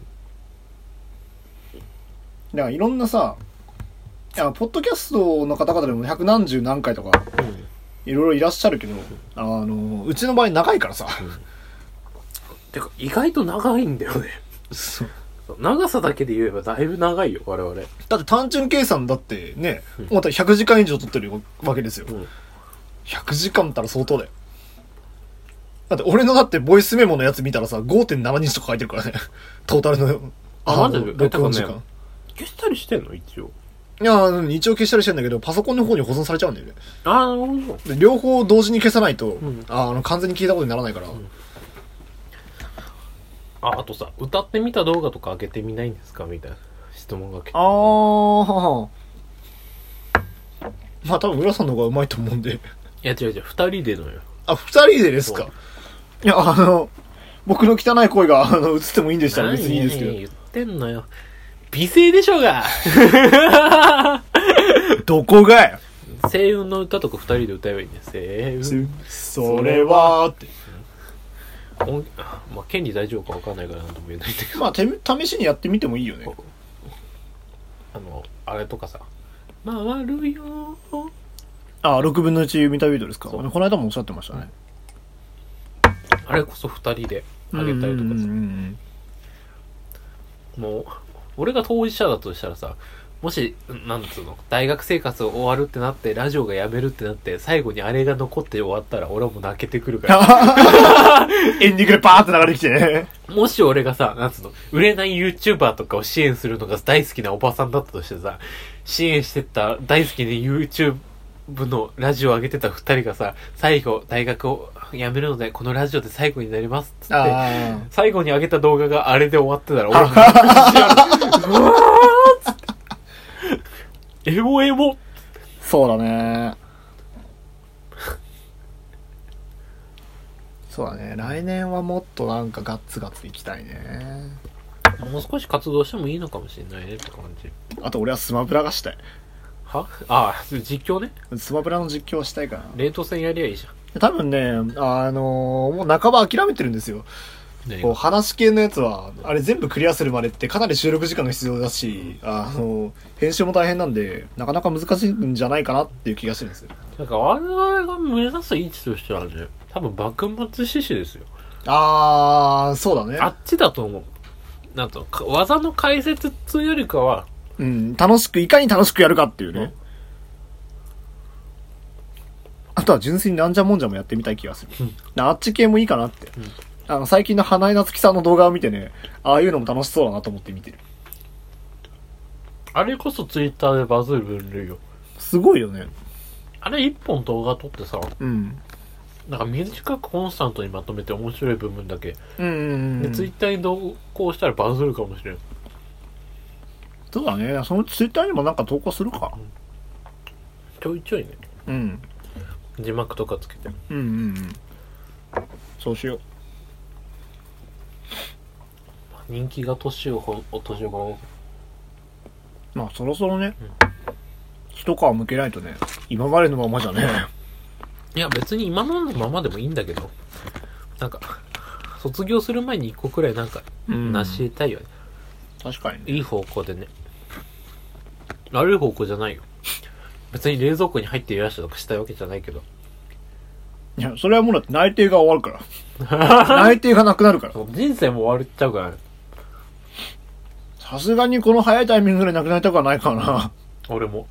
だからいろんなさ、いや、ポッドキャストの方々でも百何十何回とか、うんいろいろいらっしゃるけど、あの、うちの場合長いからさ。うん、 てか、意外と長いんだよね。そう。長さだけで言えばだいぶ長いよ、我々。 だって単純計算だってね、うん、またひゃくじかん以上取ってるわけですよ。うん、ひゃくじかんったら相当だよ。だって俺のだってボイスメモのやつ見たらさ、ごてんなな 日とか書いてるからね。トータルの。 あ、マジで録音時間。消したりしてんの一応。 いや、一応消したりしてんだけど、パソコンの方に保存されちゃうんだよね。 ああ、なるほど。 両方同時に消さないと、うん、あの、完全に消えたことにならないから。うん、 あ、あとさ、歌ってみた動画とか上げてみないんですかみたいな質問が結構。ああ。まあ多分、浦さんの方が上手いと思うんで。いや、違う違う、二人でのよ。 あ、二人でですか？いや、あの、僕の汚い声が、あの、映ってもいいんでしたら別にいいですけど。 言ってんのよ。美声でしょうがどこがや声雲の歌とか二人で歌えばいいんです。声雲それはーって、 うん、まあ権利大丈夫か分かんないからなんとも言えないんだけど、 まあて試しにやってみてもいいよね。 あのあれとかさ、回るよー、 あ、ろくぶんのいち見たビートですか。この間もおっしゃってましたね。 あれこそ二人であげたりとかさ、もう俺が当事者だとしたらさ、もし、なんつうの、大学生活終わるってなって、ラジオがやめるってなって、最後にあれが残って終わったら、俺はもう泣けてくるから。 エンディングでパーって流れてきてね。 もし俺がさ、なんつうの、売れない YouTuber とかを支援するのが大好きなおばさんだったとしてさ、支援してった大好きな YouTuber 部のラジオを上げてた二人がさ、最後大学を辞めるのでこのラジオで最後になりますっつって最後に上げた動画があれで終わってたら俺もうわーっつってエモエモ。 そうだね。そうだね。来年はもっとなんかガッツガツいきたいね。 もう少し活動してもいいのかもしれないねって感じ。 あと俺はスマブラがしたい。 はああ、実況ね。 スマブラの実況をしたいから。 冷凍戦やりゃいいじゃん。 多分ね、あのー、もう半ば諦めてるんですよ。こう話系のやつは、あれ全部クリアするまでってかなり収録時間が必要だし、あの、編集も大変なんで、なかなか難しいんじゃないかなっていう気がしてるんですよ。 なんか我々が目指す位置としてはね、多分幕末志士ですよ。 あー、そうだね。 あっちだと思う。なんと、技の解説というよりかは、 うん、楽しく、いかに楽しくやるかっていうね。うん、あとは純粋になんじゃもんじゃもやってみたい気がする。うん、あっち系もいいかなって。うん、あの、最近の花江夏樹さんの動画を見てね、ああいうのも楽しそうだなと思って見てる。 あれこそツイッターでバズる分類よ。 すごいよね。 あれ一本動画撮ってさ、 うん。 なんか短くコンスタントにまとめて面白い部分だけ。 うんうんうん。 で、ツイッターに投稿したらバズるかもしれん。 そうだね。そのツイッターにもなんか投稿するか。うん、 ちょいちょいね。 うん。 字幕とかつけて。 うんうんうん。そうしよう。 人気が年をほ、年をほ。 まあそろそろね、うん、一皮向けないとね、今までのままじゃね。 いや別に今のままでもいいんだけど、なんか、卒業する前に一個くらいなんか、成し得たいよね。 確かにね。 いい方向でね。悪い方向じゃないよ。別に冷蔵庫に入っていらっしゃるとかしたいわけじゃないけど。 いや、それはもうだって内定が終わるから。内定がなくなるから。 人生も終わっちゃうからね。 さすがにこの早いタイミングでなくなりたくはないかな。 俺も。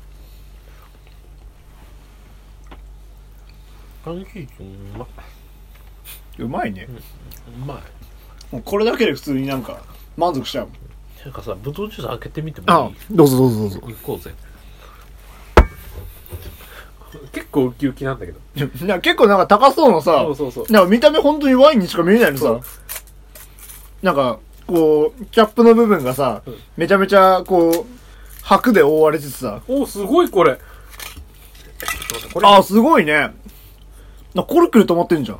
パンケーキうまい。 うまいね。 うん、うまい。 もうこれだけで普通になんか満足しちゃう。 なんかさ、ブドウジュース開けてみてもいい？ あ、どうぞどうぞどうぞ。 行こうぜ。結構ウキウキなんだけど。 いや、結構なんか高そうなさ、 そうそうそう。 なんか見た目本当にワインにしか見えないのさ、なんか、こう、キャップの部分がさ、うん、めちゃめちゃ、こう、箔で覆われててさ。 お、すごいこれ。 これあ、すごいね。な、コルクル止まってんじゃん。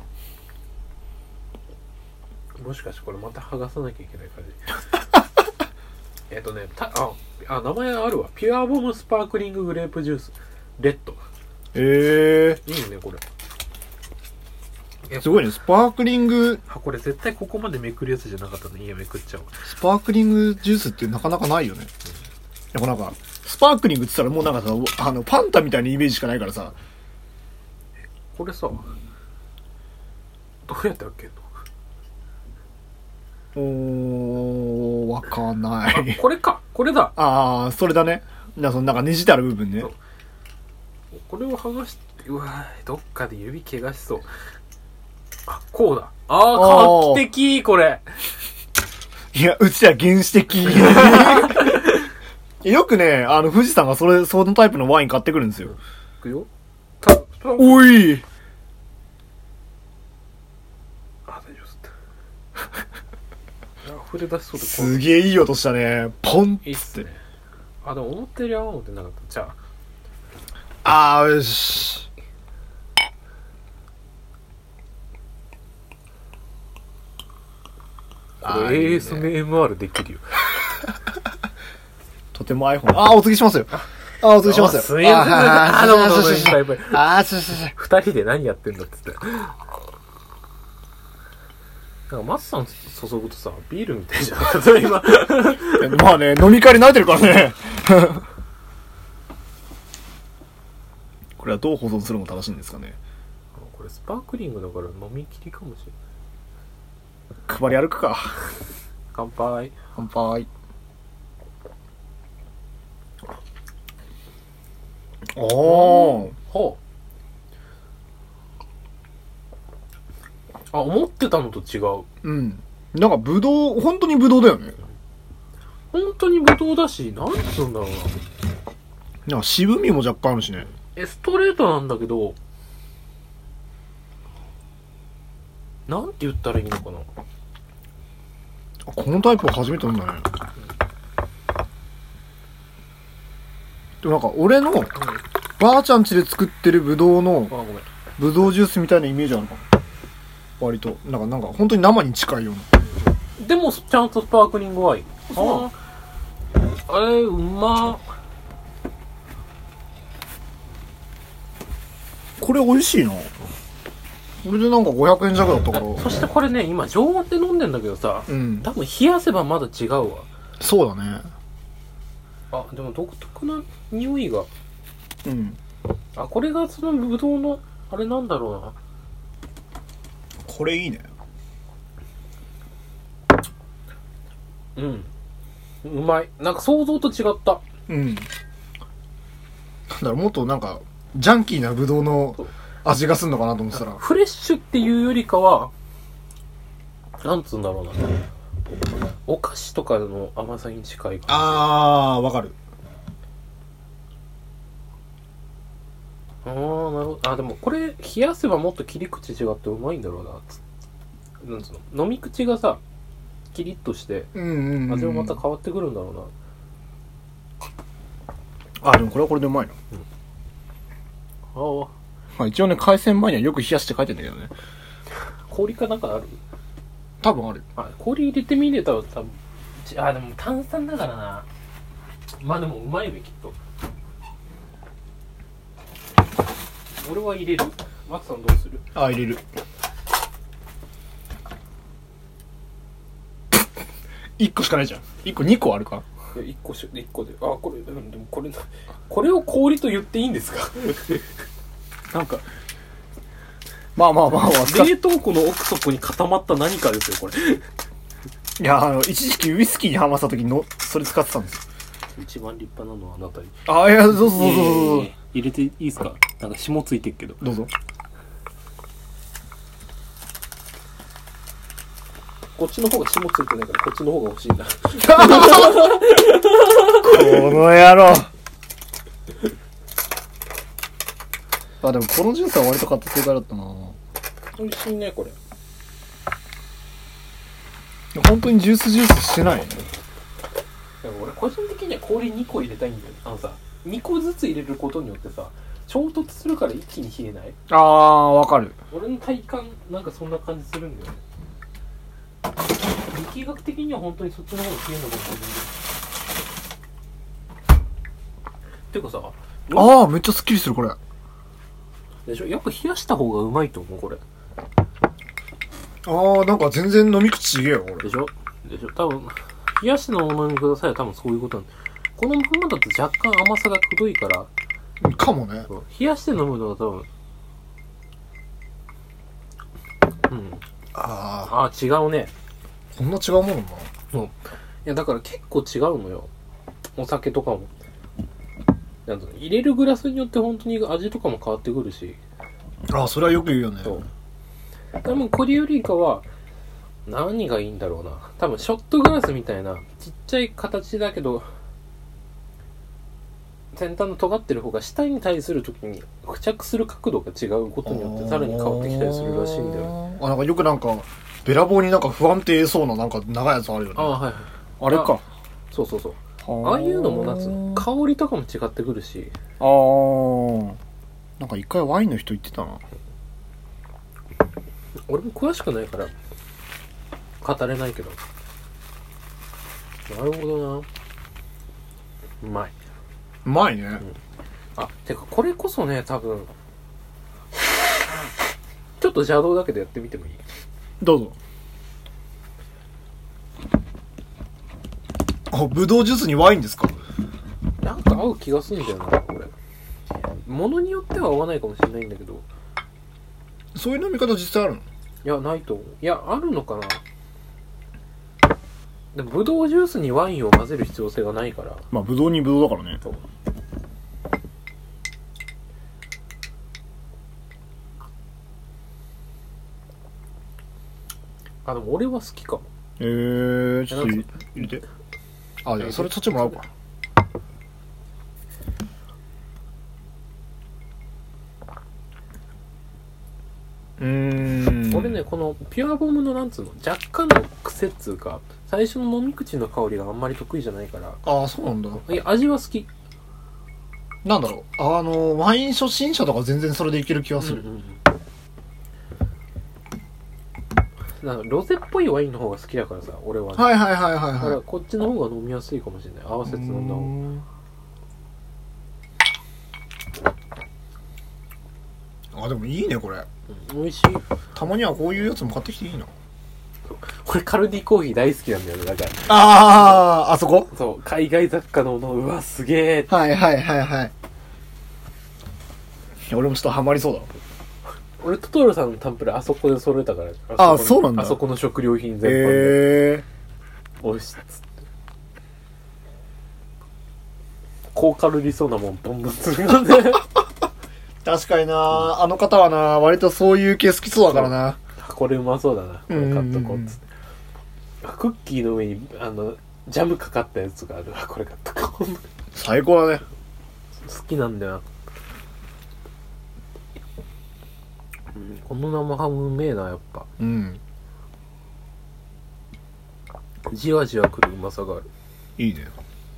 もしかしてこれまた剥がさなきゃいけない感じ。えっとね、た、あ、あ、名前あるわ。ピュアボムスパークリンググレープジュース。レッド。 えー。いいね、これ。 すごいね、スパークリング。 あ、これ絶対ここまでめくるやつじゃなかったの。いいや、めくっちゃおう。 スパークリングジュースってなかなかないよね。うん、いや、なんか、スパークリングって言ったらもうなんかさ、あの、パンタみたいなイメージしかないからさ。 これさ、どうやって開けるの？ おー、わかんない。 これか、これだ。 あー、それだね。な、そのなんかねじってある部分ね。 これを剥がして、うわー、どっかで指怪我しそう。あ、こうだ。あー、画期的、これ。 いや、うちは原始的。よくね、あの、富士山がそれ、そのタイプのワイン買ってくるんですよ。 いくよ。 おい。 あ、大丈夫です。溢れ出しそうで。 すげえいい音したね。ポンって。いいっすね。 あ、でも思ってるよ、思ってなかった。じゃあ。あー、よし。 これ エーエスエムアール できるよ。 とても iPhone。あー、お継ぎしますよ。あー、お継ぎしますよ。 すいません。あー、どうもどうも。 あー、ちょちょちょ。 二人で何やってんだっつって。なんかマスさん注ぐとさ、ビールみたいじゃん。例えばまあね、飲み会に慣れてるからね。これはどう保存するのも正しいんですかね。 これスパークリングだから飲み切りかもしれない。配り歩くか。 乾杯。 乾杯。おー。 ほう。あ、思ってたのと違う。 うん。なんかブドウ、本当にブドウだよね。 本当にブドウだし、なんつうんだろうな。 なんか渋みも若干あるしね。 え、ストレートなんだけど、なんて言ったらいいのかな。 このタイプは初めて飲んだね。でもなんか俺のばあちゃん家で作ってるブドウのあ、ごめん。 ブドウジュースみたいなイメージあるかも。割となんかなんか本当に生に近いような。 でもちゃんとスパークリングワイン。ああれうまっ。 これ美味しいな。これでなんかごひゃくえん弱だったから。 そしてこれね、今常温で飲んでんだけどさ、 うん。 多分冷やせばまだ違うわ。 そうだね。 あ、でも独特な匂いが。 うん。 あ、これがそのブドウのあれなんだろうな。 これいいね。 うん。うまい。なんか想像と違った。 うん。なんだろう、もっとなんかジャンキーなブドウの味がするのかなと思ってたら、 フレッシュっていうよりかは、なんつうんだろうな。お菓子とかの甘さに近い感じ。 あー、わかる。 あー、なるほど。あ、でもこれ冷やせばもっと切り口違ってうまいんだろうな。つなんつうの、飲み口がさ、キリッとしてうんうん、うん、 味もまた変わってくるんだろうな。 あ、でもこれはこれでうまいな。 ああ、 まあ一応ね、海鮮前にはよく冷やして書いてんだけどね。 氷かなんかある？ 多分ある。 あ、氷入れてみれたら多分、ちあ、でも炭酸だからな。まあでもうまいべ、きっと。俺は入れる。マツさんどうする？ あ、入れる。いっこしかないじゃん。いっこにこあるか。 いや、いっこし、いっこで。あ、これ、うん、でもこれ、これを氷と言っていいんですか？ なんか、まあまあまあまあ、 冷凍庫の奥底に固まった何かですよ、これ。 いや、あの、一時期ウイスキーにハマった時の、それ使ってたんですよ。 一番立派なのはあなたに。 あ、いや、そうそうそうそうそう、 えー入れていいですか？なんか霜ついてるけど。 どうぞ。 こっちの方が霜ついてないから、こっちの方が欲しいな。 この野郎。あ、でもこのジュースは割と買って正解だったな。 美味しいね、これ。 本当にジュースジュースしてないね。 でも俺個人的には氷にこ入れたいんだよ。あのさ、にこずつ入れることによってさ、衝突するから一気に冷えない？ あー、わかる。 俺の体感なんかそんな感じするんだよね。力学的には本当にそっちの方が冷えるのかもしれないけど。てかさ、 あー、めっちゃスッキリするこれ。 でしょ？やっぱ冷やした方がうまいと思う、これ。 あー、なんか全然飲み口ちげえよこれ。 でしょ？でしょ？多分冷やしてのお飲みくださいは多分そういうことなんだ。このままだと若干甘さがくどいから、 かもね。 冷やして飲むのは多分、うん。 あああ、違うね。 ー、こんな違うもんな。 うん。いや、だから結構違うのよ。お酒とかも。なんだろう、入れるグラスによって本当に味とかも変わってくるし。 あー、それはよく言うよね。 そう。多分これよりかは、何がいいんだろうな。多分ショットグラスみたいな、ちっちゃい形だけど、先端の尖ってる方が下に対するときに付着する角度が違うことによってさらに変わってきたりするらしいんだよね。 あ、なんかよくなんかべらぼうになんか不安定そうななんか長いやつあるよね。 ああ、はいはい。 あれか。 そうそうそう。ああいうのもなんつうの、香りとかも違ってくるし。 あー、なんか一回ワインの人言ってたな。 俺も詳しくないから語れないけど。なるほどな。うまい。 うまいね。 うん、あ、てかこれこそね、多分ちょっと邪道だけどやってみてもいい？ どうぞ。あ、ブドウジュースにワインですか？ なんか合う気がするんだよな、これ。ものによっては合わないかもしれないんだけど。 そういう飲み方実際あるの？ いや、ないと思う。いや、あるのかな。でもブドウジュースにワインを混ぜる必要性がないから。 まあブドウにブドウだからね。 そう。あ、でも俺は好きかも。 えー、ちょっと入れて。あ、じゃあそれそっちもらおうか。 うーん俺ねこのピュアボムのなんつうの若干の癖っつうか最初の飲み口の香りがあんまり得意じゃないからああそうなんだいや味は好きなんだろうあのワイン初心者とか全然それでいける気がする、 うんうんうんなんかロゼっぽいワインの方が好きだからさ俺は、ね、 はいはいはいはいだからはいこっちの方が飲みやすいかもしれない合わせて飲んだ方があでもいいねこれうん美味しいたまにはこういうやつも買ってきていいな俺カルディコーヒー大好きなんだよねだからあああそこそう海外雑貨のうわすげえはいはいはいはい俺もちょっとハマりそうだ俺トトロさんのタンプレあそこで揃えたからあそこそうなんだあそこの食料品全般で、 へえおいしいっつって高カロリーそうなもんどんどんするよね確かになあの方はな割とそういう系好きそうだからなこれうまそうだなこれ買っとこうっつってクッキーの上にあのジャムかかったやつがあるこれ買っとこう最高だね好きなんだよな、うん、この生ハムうめえなやっぱうんじわじわくるうまさがあるいいね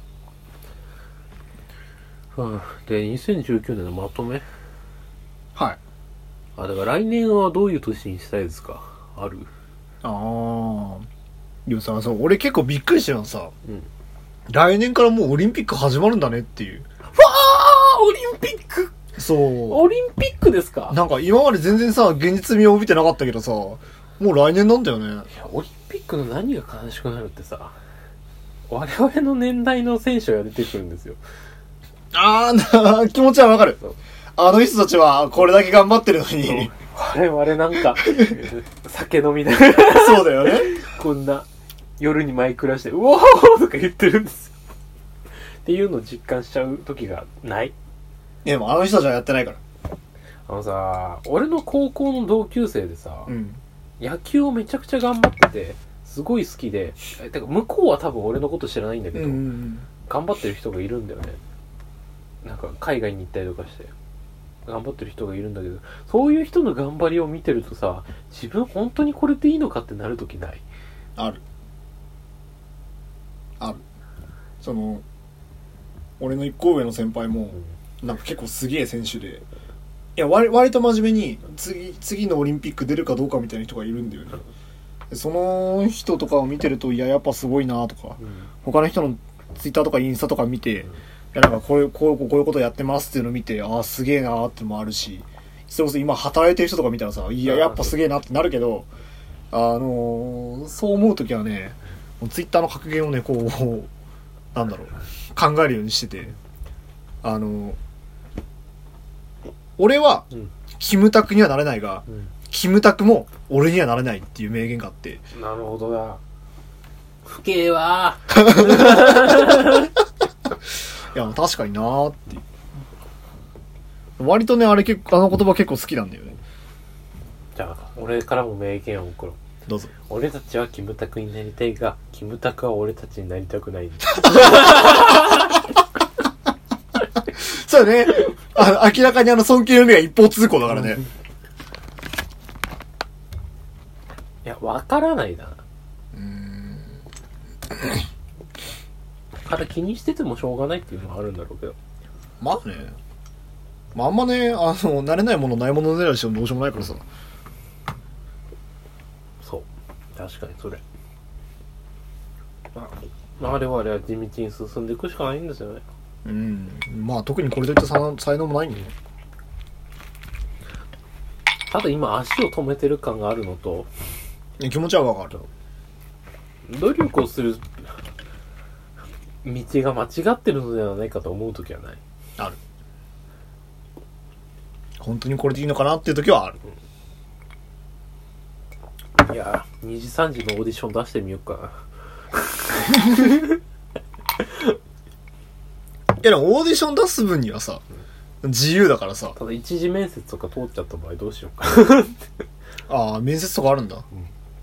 はあ、でにせんじゅうきゅうねんのまとめはいあだから来年はどういう年にしたいですかあるああでもさそう俺結構びっくりしてるのさ、 うん、 来年からもうオリンピック始まるんだねっていうわあオリンピックそうオリンピックですかなんか今まで全然さ現実味を帯びてなかったけどさもう来年なんだよね。 いやオリンピックの何が悲しくなるってさ我々の年代の選手が出てくるんですよ。 あーな気持ちはわかる。あの人たちはこれだけ頑張ってるのに我々なんか酒飲みながらそうだよねこんな夜にマイクらしてうおーとか言ってるんですよっていうのを実感しちゃう時がない。 いやでもあの人たちはやってないから。 あのさ俺の高校の同級生でさ、 うん、 野球をめちゃくちゃ頑張っててすごい好きでてか向こうは多分俺のこと知らないんだけど、 うんうん、 頑張ってる人がいるんだよね。なんか海外に行ったりとかして頑張ってる人がいるんだけどそういう人の頑張りを見てるとさ自分本当にこれでいいのかってなる時ない？ あるある。その俺の一個上の先輩も、うん、なんか結構すげえ選手でいや 割, 割と真面目に 次, 次のオリンピック出るかどうかみたいな人がいるんだよね。その人とかを見てるといややっぱすごいなとか、うん、他の人のツイッターとかインスタとか見て、うん、いやなんかこういうこうこういうことやってますっていうのを見てああすげえなってもあるしそれこそ今働いてる人とか見たらさいややっぱすげえなってなるけどあのー、そう思うときはねツイッターの格言をねこうなんだろう考えるようにしててあの俺は、うん、キムタクにはなれないが、うん、キムタクも俺にはなれないっていう名言があって。 なるほどな。不敬はいや確かになーっていう割とねあれ結構あの言葉結構好きなんだよね。 じゃあ俺からも名言を送ろう。 どうぞ。 俺たちはキムタクになりたいがキムタクは俺たちになりたくないんだそうねあ明らかにあの尊敬の目が一方通行だからね、うん、いや分からないな。うーんから気にしててもしょうがないっていうのはあるんだろうけどまあねまああんまねあの慣れないものないものねらしてもどうしようもないからさ。 そう確かにそれまあ我々は地道に進んでいくしかないんですよね。 うんまあ特にこれといった才能もないんで、 ただ今足を止めてる感があるのと気持ちはわかる。 努力をする道が間違ってるのではないかと思う時はない？ ある。本当にこれでいいのかなっていう時はある、 うん、いやにじさんじのオーディション出してみようかないやでもオーディション出す分にはさ、うん、自由だからさ。 ただ一次面接とか通っちゃった場合どうしようかああ面接とかあるんだ、うん、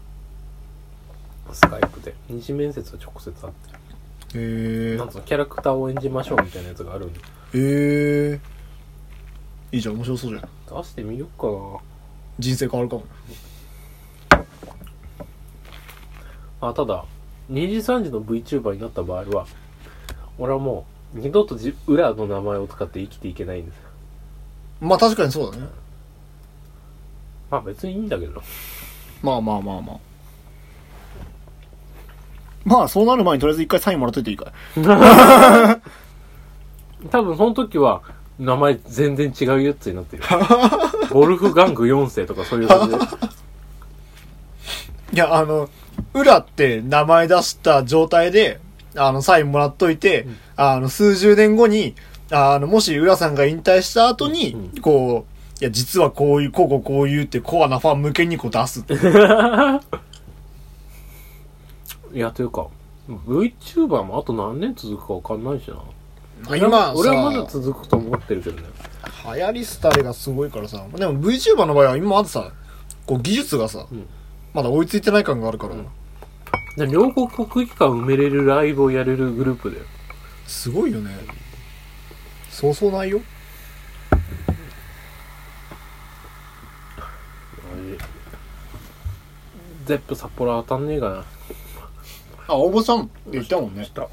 スカイプで二次面接は直接あってへえなんとキャラクターを演じましょうみたいなやつがあるんで。 へえいいじゃん面白そうじゃん。 出してみようかな。 人生変わるかも。 あ、ただにじさんじの VTuber になった場合は俺はもう二度とじ裏の名前を使って生きていけないんですよ。 まあ確かにそうだね。 まあ別にいいんだけど。 まあまあまあまあ。まあそうなる前にとりあえず一回サインもらっといていいかい。 多分その時は名前全然違うやつになってる。ボルフガングよん世とかそういう感じで。 いや、あの、裏って名前出した状態で、あの、サインもらっといて、うん、あの、数十年後に、あの、もし浦さんが引退した後に、うん、こう、いや、実はこういう、こうこうこういうってコアなファン向けにこう出すって。 いや、というか、VTuber もあと何年続くかわかんないしな。 今俺はまだ続くと思ってるけどね。 流行り廃れがすごいからさ。でも VTuber の場合は今まださ、こう技術がさ、うん、まだ追いついてない感があるから。 うん、両国国技館埋めれるライブをやれるグループだよ。 すごいよね。そうそうないよ。 ゼップ札幌当たんねえかな。 あ、応募さんって言ったもんね。した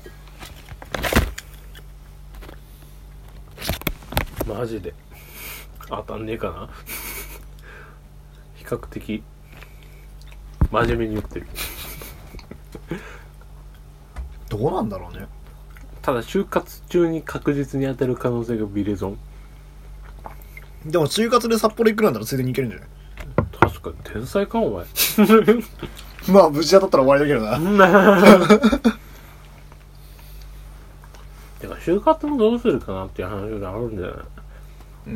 マジで当たんねえかな。比較的真面目に言ってる。 どうなんだろうね。 ただ就活中に確実に当たる可能性がビレゾン。 でも就活で札幌行くなんだらついでに行けるんじゃない？ 確かに天才かお前。 まあ無事当たったら終わりだけどな。 てか就活もどうするかなっていう話があるんだよね。 うん。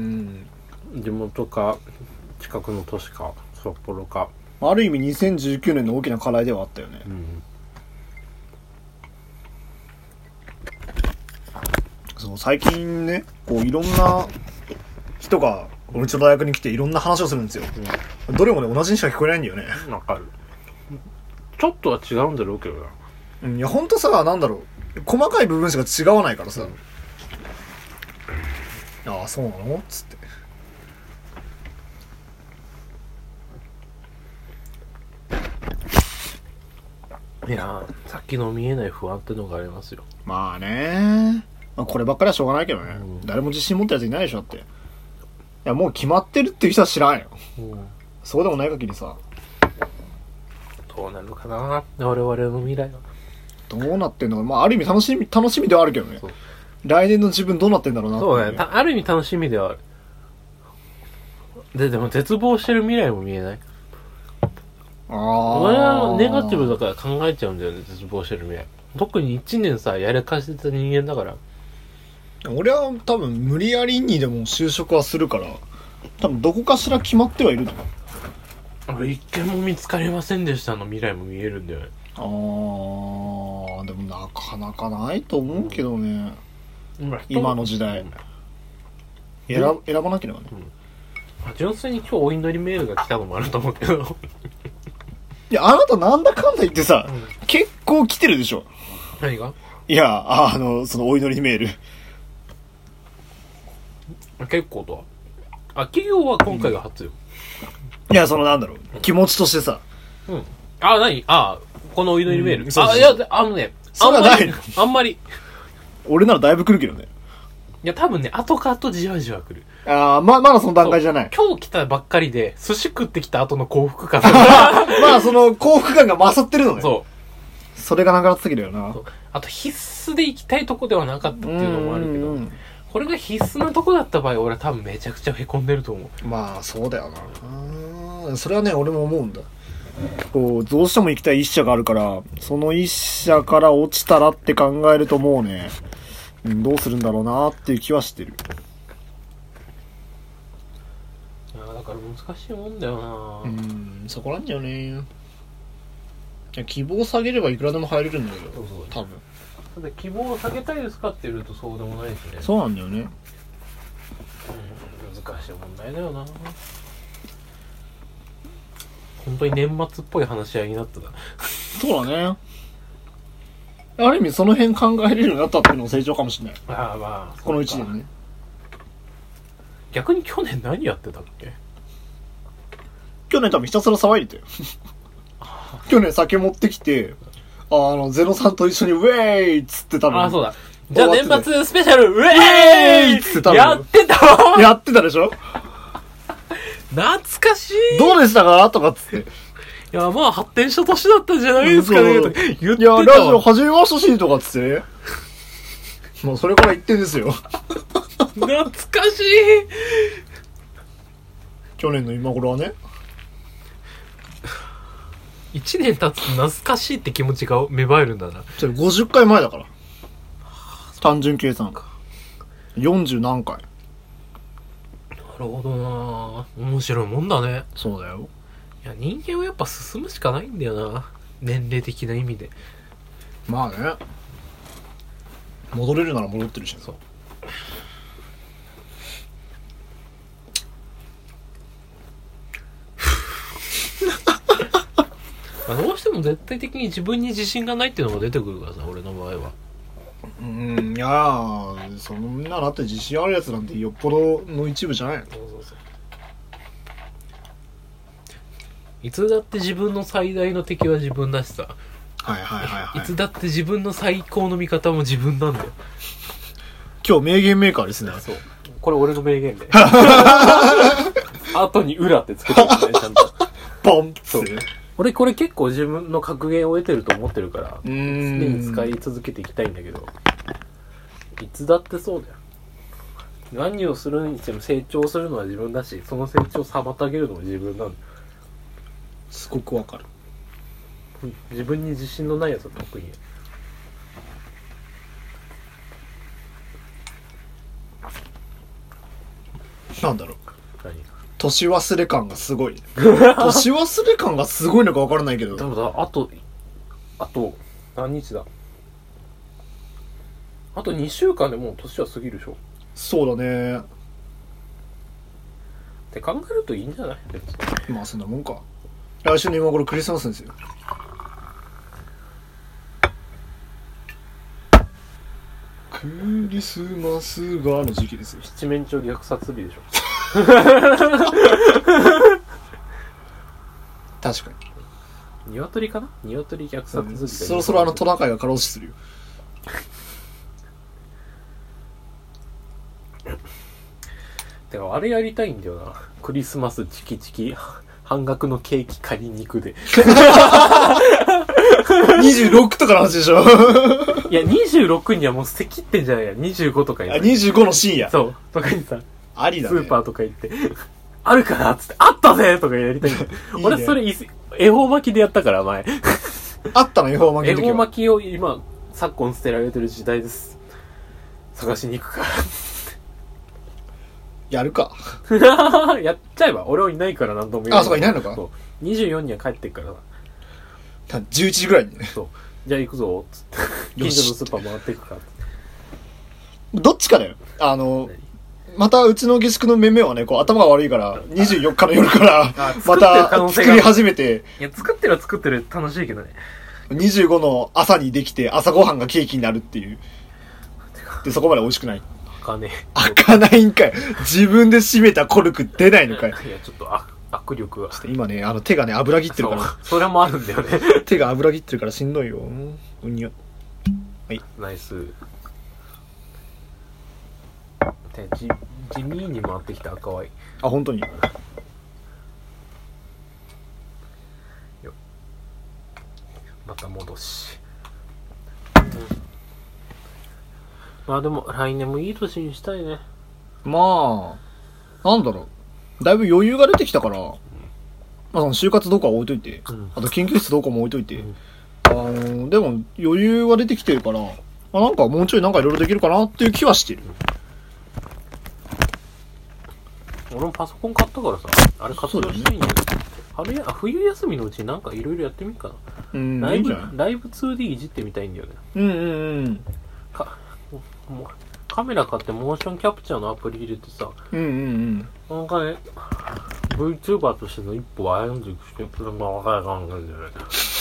地元か近くの都市か札幌か。 ある意味にせんじゅうきゅうねんの大きな課題ではあったよね。うん、そう最近ね、こういろんな人がうちの大学に来ていろんな話をするんですよ。うん、どれもね同じにしか聞こえないんだよね。 わかる。ちょっとは違うんだろうけどな。 うん、いやほんとさ、なんだろう、細かい部分しか違わないからさ。うん、ああそうなのつって。 いやさっきの見えない不安ってのがありますよ。 まあね、まあ、こればっかりはしょうがないけどね、うん、誰も自信持ったやついないでしょって。いやもう決まってるっていう人は知らんよ、うん、そうでもない限りさ。 どうなるかな我々の未来は。 どうなってんのか、まあある意味楽しみ楽しみではあるけどね。来年の自分どうなってんだろうなって、ね、 そうね、ある意味楽しみではある。ででも絶望してる未来も見えない。ああ。俺はネガティブだから考えちゃうんだよね、絶望してる未来。特にいちねんさやらかしてた人間だから。 俺は多分無理やりにでも就職はするから、多分どこかしら決まってはいると思う。 俺一件も見つかりませんでしたの未来も見えるんだよね。 あー、でもなかなかないと思うけどね、うん、今の時代、うん、選, 選ばなければね、 うん、純粋に今日お祈りメールが来たのもあると思うけど。 いやあなたなんだかんだ言ってさ、うん、結構来てるでしょ。 何が？ いやあのそのお祈りメール結構とはあ、企業は今回が初よ、 うん、いやそのなんだろう、気持ちとしてさ、 うん、あ、何？あ、このお祈りメール、うん、 そうそう、 あ、いやあのね、 それはないの。 あんまり俺ならだいぶ来るけどね。 いや多分ね、後か後じわじわ来る。 ああ、ままだその段階じゃない。 今日来たばっかりで寿司食ってきた後の幸福感。 まあその幸福感が勝ってるのね。 そう。 それがなくなってすぎるよな。 あと必須で行きたいとこではなかったっていうのもあるけど、これが必須なとこだった場合、俺は多分めちゃくちゃへこんでると思う。 まあそうだよな。それはね、俺も思うんだ。こうどうしても行きたい一社があるから、その一社から落ちたらって考えるともうね、うん、どうするんだろうなっていう気はしてる。 いやだから難しいもんだよな。 うん、そこなんだよね。いや希望を下げればいくらでも入れるんだけど、そうそう多分。 だって希望を下げたいですかって言うとそうでもないしね。 そうなんだよね。 うん、難しい問題だよな。本当に年末っぽい話し合いになったな。 そうだね。ある意味その辺考えれるようになったっていうのも成長かもしれない。 ああまあ。 このいちねんね。 逆に去年何やってたっけ？ 去年多分ひたすら騒いでたよ。去年酒持ってきて、あの、ゼノさんと一緒にウェーイっつって多分。 あ、そうだ。じゃあ年末スペシャル、ウェーイっつって多分。 やってたわやってたでしょ懐かしい。 どうでしたかとかっつって。 いや、まあ発展した年だったんじゃないですかね。 うん、 とか言ってたわ。 いや、ラジオ始めましたし、とかっつってね。もうそれから言ってんですよ。 懐かしい。 去年の今頃はね。 一年経つと懐かしいって気持ちが芽生えるんだな。 ごじゅっかいまえだから。単純計算。よんじゅう何回。 なるほどな。面白いもんだね。 そうだよ。 いや、人間はやっぱ進むしかないんだよな。年齢的な意味で。 まあね。戻れるなら戻ってるし、ね、 そう。どうしても絶対的に自分に自信がないっていうのが出てくるからさ、俺の場合は。 うん、いやー、そんなだって自信あるやつなんてよっぽどの一部じゃないの。そうそうそう。 いつだって自分の最大の敵は自分だしさ。 はいはいはい、はい。 いつだって自分の最高の味方も自分なんだよ。 今日名言メーカーですね。 そう。これ俺の名言で。後に裏ってつけてるね、ちゃんと。 ポンって。 そう。俺これ結構自分の格言を得てると思ってるから、 うーん、 常に使い続けていきたいんだけど、いつだってそうだよ。何をするにしても成長するのは自分だし、その成長を妨げるのも自分なんだよ。 すごくわかる。 自分に自信のないやつは特に。 なんだろう。 何年忘れ感がすごい。年忘れ感がすごいのかわからないけど。 でもだ、あと、あと、何日だあとにしゅうかんでもう年は過ぎるでしょ。 そうだね。 って考えるといいんじゃない別に。 まあそんなもんか。来週の今頃クリスマスですよ。クリスマスがの時期ですよ。 七面鳥虐殺日でしょ。 確かに。 鶏かな鶏虐殺日、うん、 そろそろあのトナカイが過労死するよ。 てかあれやりたいんだよな。クリスマスチキチキ半額のケーキ借りに行くで。 にじゅうろくとかの話でしょ。 いやにじゅうろくにはもう捨て切ってんじゃないや。にじゅうごとかに。 あ、にじゅうごの深夜。 そうとかにさ、 ありだね。 スーパーとか行ってあるかなっつって、あったぜとかやりたいんだよ。いいね、俺それ恵方巻きでやったから前。 あったの恵方巻きの時は。 恵方巻きを今昨今捨てられてる時代です。探しに行くから。 やるか。 やっちゃえば。俺はいないから何とも言えない。あ、そうか、いないのか。 そう。にじゅうよっかには帰ってっからさ。じゅういちじぐらいにね。 そう。じゃあ行くぞ、つって。近所のスーパー回っていくか。 どっちかだよ。あの、またうちの下宿のめめはね、こう頭が悪いから、にじゅうよっかの夜から、また作り始めて。 いや、作ってるは作ってる楽しいけどね。 にじゅうごの朝にできて、朝ごはんがケーキになるっていう。で、そこまで美味しくない。 開かねえ。 開かないんかい。自分で閉めたコルク出ないのかい。 いや、ちょっとあ握力が。 今ね、あの手がね、油切ってるから。 そ, それもあるんだよね。 手が油切ってるからしんどいよ。うんにゃ。はい。 ナイス。で、地地味に回ってきた赤ワイン。 あ、本当に。 よ。また戻し。まあでも来年もいい年にしたいね。 まあなんだろう、だいぶ余裕が出てきたから、うん、まあその就活どうかは置いといて、うん、あと研究室どうかも置いといて、うん、あのでも余裕は出てきてるから、まあ、なんかもうちょいなんかいろいろできるかなっていう気はしてる。 俺もパソコン買ったからさ、あれ活用したいんだよね。春や冬休みのうちになんかいろいろやってみっかな。うん、ライブ、いいライブ ツーディー いじってみたいんだよね。 うんうんうん。 かカメラ買ってモーションキャプチャーのアプリ入れてさ、 うんうんうん。 なんかね、VTuber としての一歩を歩んでいくして、まあ分からない感じでね。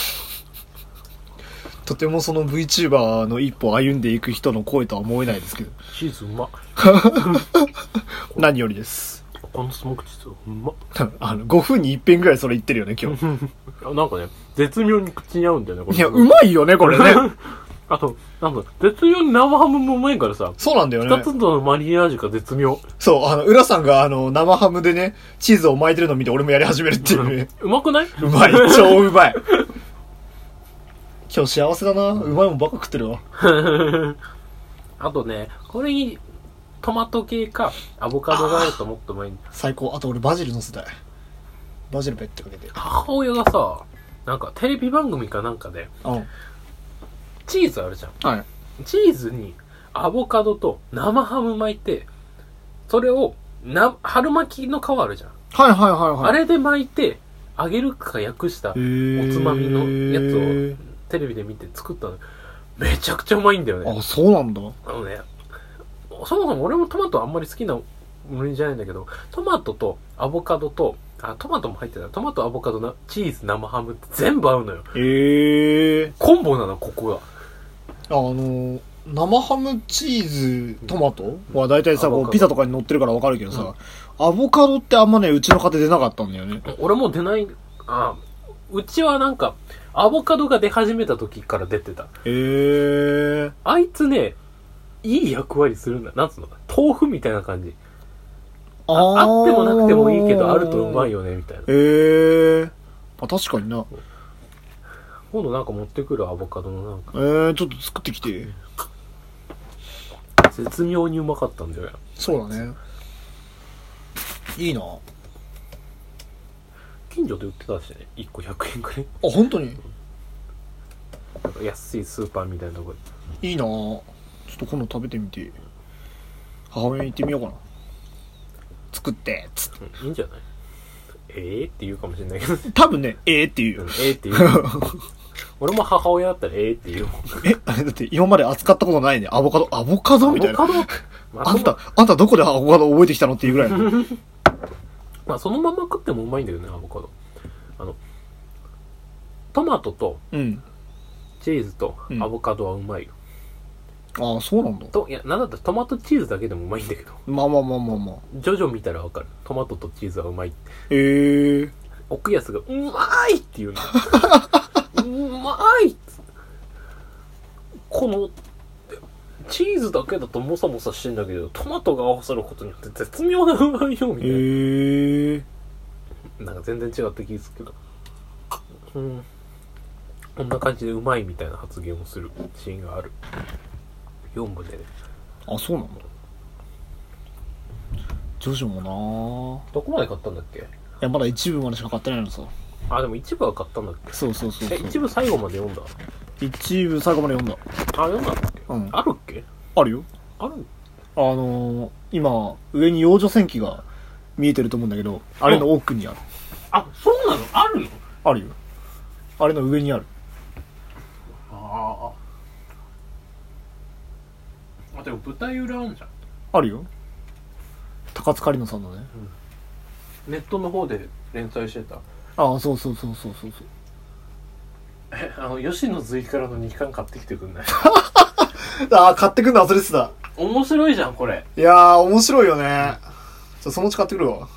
とてもその VTuber の一歩を歩んでいく人の声とは思えないですけど。 チーズうま。 何よりです。 このスモークチーズうまっあの、ごふんにいっぺんぐらいそれ言ってるよね、今日。 なんかね、絶妙に口に合うんだよね、これ。 いや、うまいよね、これね。 あと、なんか、絶妙に生ハムもうまいからさ。 そうなんだよね。 二つのマリアージュが絶妙。 そう、あの、浦さんがあの、生ハムでね、チーズを巻いてるのを見て俺もやり始めるっていうね。 うまくないうまい、超うまい。今日幸せだな。うまいもんばっか食ってるわ。 あとね、これに、トマト系か、アボカドがあるともっとうまい。 最高。あと俺バジル乗せたい。バジルペッてかけて。 母親がさ、なんかテレビ番組かなんかで、 うん。 チーズあるじゃん。 はい。 チーズにアボカドと生ハム巻いて、それを、な、春巻きの皮あるじゃん。 はいはいはいはい。 あれで巻いて、揚げるか焼くしたおつまみのやつをテレビで見て作ったの。めちゃくちゃうまいんだよね。 あ、そうなんだ。 あのね、そもそも俺もトマトあんまり好きなものじゃないんだけど、トマトとアボカドと、あ、トマトも入ってた。トマト、アボカド、なチーズ、生ハムって全部合うのよ。 へえ。 コンボなの、ここが。 あの、生ハム、チーズ、トマトは大体さ、 アボカドこうピザとかに乗ってるからわかるけどさ、アボカドってあんまね、うちの家庭出なかったんだよね。 俺も出ない、あ、うちはなんか、アボカドが出始めた時から出てた。 へえ。 あいつね、いい役割するんだ。なんつうの豆腐みたいな感じ。あああってもなくてもいいけど、あるとうまいよね、みたいな。 へえ。あ、確かにな。 今度なんか持ってくるアボカドのなんか。 えー、ちょっと作ってきて。 絶妙にうまかったんだよ。 そうだね。いいな。 近所で売ってたしね。いっこひゃくえんくらい。 あ、本当になんか安いスーパーみたいなとこで。 いいな。ちょっと今度食べてみて。母親に行ってみようかな。作って、つって。 うん、いいんじゃないええー、って言うかもしれないけど。 多分ね、ええー、って言うよ。 うん、ええー、って言う。俺も母親だったらええー、って言うもん。 え、あれだって今まで扱ったことないね。アボカド、アボカドみたいな。 アボカド、まあ、 あんた、あんたどこでアボカド覚えてきたのっていうぐらい。 まあそのまま食ってもうまいんだよね、アボカド。あの、トマトと、 うん。 チーズとアボカドはうまいよ。 ああ、そうなんだ。 と、いや、なんだったらトマトチーズだけでもうまいんだけど。 まあまあまあまあまあ。 ジョジョ見たらわかる。トマトとチーズはうまい。 ええー。 奥安が、うまいって言うの。うまいこの、チーズだけだともさもさしてんだけど、トマトが合わさることによって絶妙なうまいよ、みたいな。 えー。 なんか全然違った気がするけど。うん。こんな感じでうまいみたいな発言をするシーンがある。よん部でね。 あ、そうなんだ。ジョジョもなぁ。 どこまで買ったんだっけ？ いや、まだ一部までしか買ってないのさ。 あ、でも一部は買ったんだっけ？ そうそうそうそう。 え、一部最後まで読んだ？ 一部最後まで読んだ。 あ、読んだんだっけ？ うん。 あるっけ？ あるよ。 ある？ あのー、今、上に幼女戦記が見えてると思うんだけど、あれの奥にある。 あ、そうなの？あるの？ あるよ。あれの上にある。 ああ。あ、でも舞台裏あんじゃん。 あるよ。高津狩野さんのね。 ネットの方で連載してた。 ああ、そうそうそうそうそうそう。 え、あの、吉野随からのにかん買ってきてくんない？ ああ、買ってくんの忘れてた。 面白いじゃん、これ。 いやー、面白いよね。ちょ、そのうち買ってくるわ。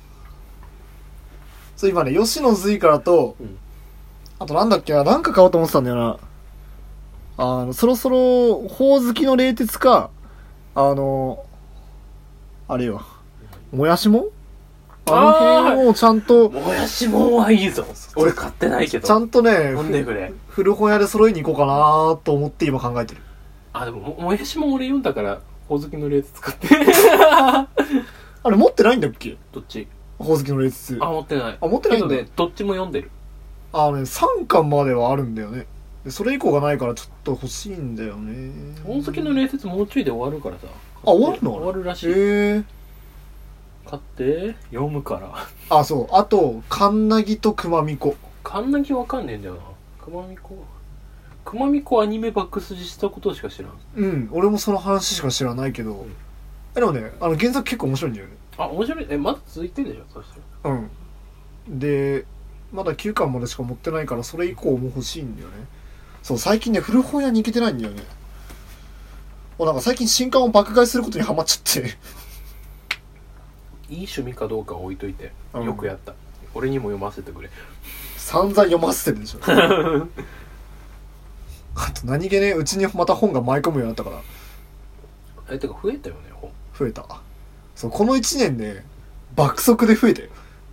そう、今ね、吉野随からと、 うん、 あとなんだっけな、なんか買おうと思ってたんだよな。あの、そろそろ、ほおずきの冷徹か、あの、あれよ、もやしもんあの辺をちゃんと、 もやしもんはいいぞ。俺買ってないけど。 ちゃんとね、 飲んでくれ。 古本屋で揃えに行こうかなと思って今考えてる。 あ、でも、も、もやしもん俺読んだから、ほおずきの冷徹使って。 あれ持ってないんだっけ？ どっち？ ほおずきの冷徹。 あ、持ってない。 あ、持ってないんだ。 けどね、どっちも読んでる。 あのね、さんかんまではあるんだよね。でそれ以降がないからちょっと欲しいんだよね。 ほおずきの冷徹もうちょいで終わるからさ。 あ、終わるの？ 終わるらしい。 へー。 買って読むから。 あ、そう。あと、カンナギとクマミコ。 カンナギわかんねえんだよな。クマミコ。クマミコアニメバック筋したことしか知らん。 うん、俺もその話しか知らないけど。うん、えでもね、あの原作結構面白いんだよね。 あ、面白い。え、まだ続いてんでしょそして。 うん。で、まだきゅうかんまでしか持ってないから、それ以降も欲しいんだよね。そう、最近ね、古本屋に行けてないんだよね。もうなんか最近新刊を爆買いすることにハマっちゃって。 い趣味かどうかは置いといて、 うん、 よくやった。俺にも読ませてくれ。 散々読ませてるでしょあと何気ねうちにまた本が舞い込むようになったから。 えてか増えたよね本。 増えた。そうこのいちねんで爆速で増えたよ。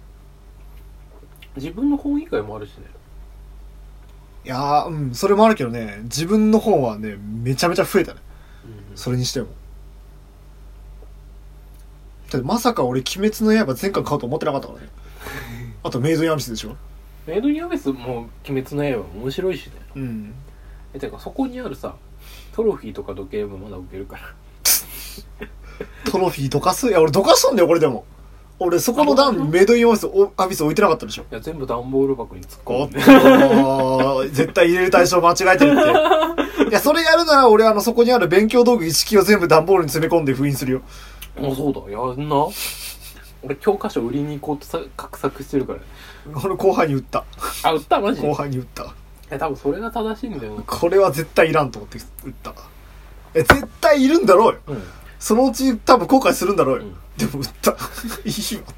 自分の本以外もあるしね。 いやーうんそれもあるけどね、自分の本はねめちゃめちゃ増えたね、うん、それにしても。だってまさか俺鬼滅の刃全巻買うと思ってなかったからねあとメイドインアビスでしょ。 メイドインアビスも鬼滅の刃も面白いしね。 うんえてかそこにあるさトロフィーとかどければまだ受けるからトロフィーどかす。いや俺どかすんだよこれ。でも俺そこの段メイドインアビスアビス置いてなかったでしょ。 いや全部段ボール箱に突っ込んで絶対入れる対象間違えてるっていやそれやるなら俺あのそこにある勉強道具一式を全部段ボールに詰め込んで封印するよ。 あそうだやんな。俺教科書売りに行こうとさ画策してるから。 俺後輩に売った。 あ売ったマジで。 後輩に売った。 え多分それが正しいんだよ。 これは絶対いらんと思って売った。え絶対いるんだろうよ、うん、そのうち多分後悔するんだろうよ、うん、でも売ったいいわっつって。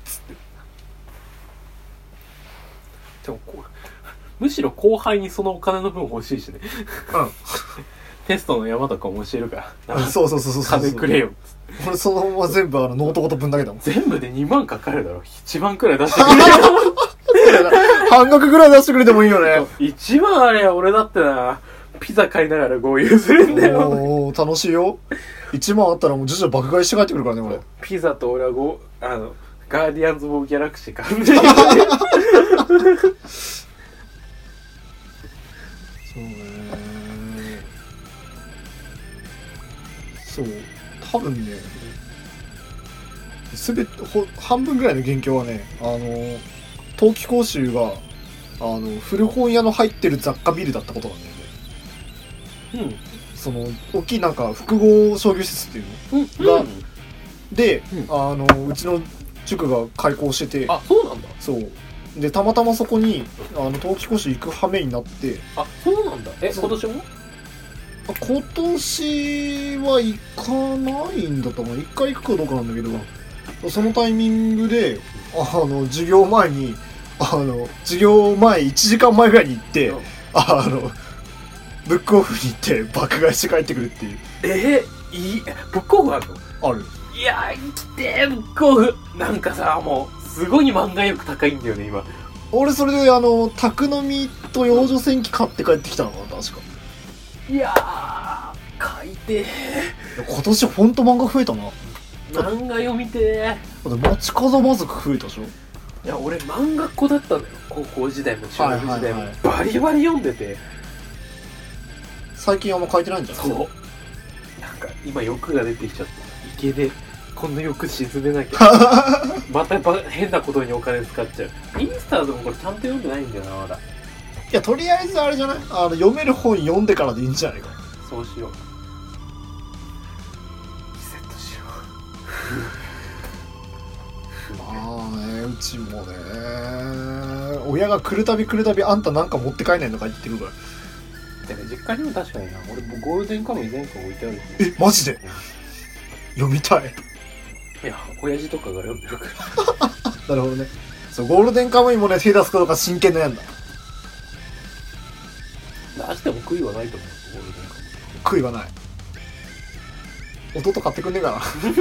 でもこうむしろ後輩にそのお金の分欲しいしねうんテストの山とかも教えるからそうそうそうそうそう金くれよっつって。 俺そのまま全部あのノートごとぶんだけだもん。 全部でにまんかかるだろ。いちまんくらい出してくれよ半額ぐらい出してくれてもいいよね。 いちまんあれや俺だってなピザ買いながら合流するんだよ。 おー楽しいよ。いちまんあったらもう徐々に爆買いして帰ってくるからね俺。 ピザと俺はごあのガーディアンズ・オブ・ギャラクシー買うんでそうね。そう多分ねすべてほ半分ぐらいの元凶はねあの冬季講習があの古本屋の入ってる雑貨ビルだったことなんだよね。うんその大きいなんか複合商業施設っていうのが、うん、で、うん、あのうちの塾が開校してて。 あそうなんだ。 そうでたまたまそこにあの冬季講習行く羽目になって。 あそうなんだ。え今年も今年は行かないんだと思う。一回行くかどうかなんだけど、そのタイミングであの授業前にあの授業前いちじかんまえぐらいに行って、うん、あのブックオフに行って爆買いして帰ってくるっていう。 えー、いいブックオフあるの？ ある。 いやー来てーブックオフ。なんかさもうすごい漫画力高いんだよね今。 俺それであの宅飲みと幼女戦記買って帰ってきたのかな確か。 いやー書いてー今年ほんと漫画増えたな。 漫画読みてー。街角まずく増えたでしょ。 いや俺漫画っ子だったのよ高校時代も中学時代も、はいはいはい、バリバリ読んでて。 最近あんま書いてないんじゃない？ そうなんか今欲が出てきちゃった。池でこんな欲沈めなきゃまた変なことにお金使っちゃう。インスターでもこれちゃんと読んでないんだよなまだ。 いやとりあえずあれじゃないあの読める本読んでからでいいんじゃないか。 そうしよう。リセットしようまあねうちもね親が来るたび来るたびあんたなんか持って帰んないのか言ってるから。 でね実家にも確かにな俺もゴールデンカムイ全巻置いてある。 えマジで読みたい。 いや親父とかが読んでるからなるほどね。そうゴールデンカムイもね手出すことが真剣悩んだ。 出しても悔いはないと思う。ゴールデンカムイ悔いはない。弟買ってくんねえかな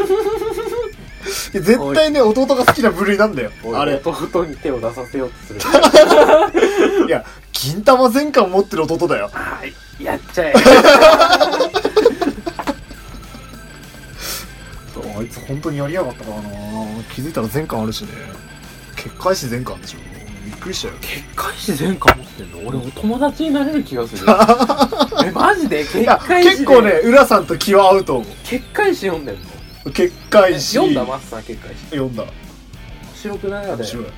絶対ね弟が好きな部類なんだよあれ。 弟に手を出させようとするいや銀玉全巻持ってる弟だよ。 はいやっちゃえあいつ本当にやりやがったからな。気づいたら全巻あるしね。結界誌全巻でしょ。びっくりしたよ。 結界誌全巻持ってんの？俺お友達になれる気がするえマジで結界誌で。 結構ね浦さんと気は合うと思う。 結界誌読んでんの？ 結界誌読んだマスター結界誌読んだ。 面白くないあれ。面白い。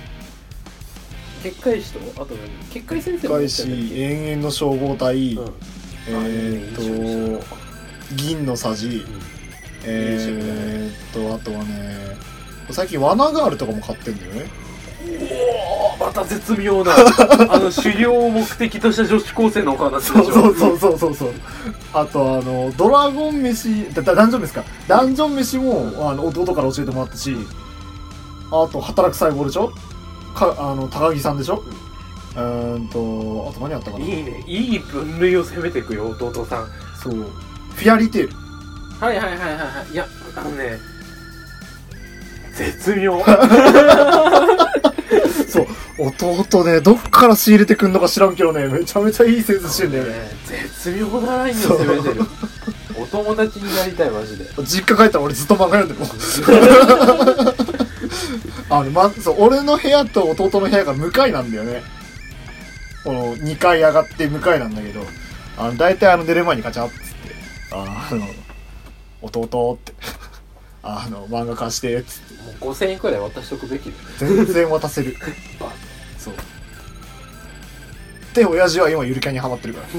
結界誌とあと何？結界先生も結界誌永遠の消防隊、うん、えー、っと銀のさじ、うん、えー、っとあとはね最近ワナガールとかも買ってんだよね。 おおまた絶妙なあの狩猟を目的とした女子高生のお話でしょ。 そうそうそうそうそう。あとあのドラゴン飯だダンジョン飯かダンジョン飯もあの弟から教えてもらったし、 あと働く細胞でしょ、かあの高木さんでしょ、うーんとあと何あったかな。 いいね、いい分類を攻めていくよ弟さん。 そうフィアリテール。 はいはいはいはいはい。いやあのね絶妙そう弟ねどっから仕入れてくんのか知らんけどねめちゃめちゃいいセンスしてんだよね。 絶妙なラインを攻めてる。お友達になりたいマジで。 実家帰ったら俺ずっと漫画読んでるもんあの、ま、そう俺の部屋と弟の部屋が向かいなんだよね。このにかい上がって向かいなんだけど、あの大体あの寝る前にガチャッつってあの弟ってあの漫画貸してっつってもうごせんえんくらい渡しとくべきだね。 全然渡せるそうで親父は今ゆるキャンにハマってるから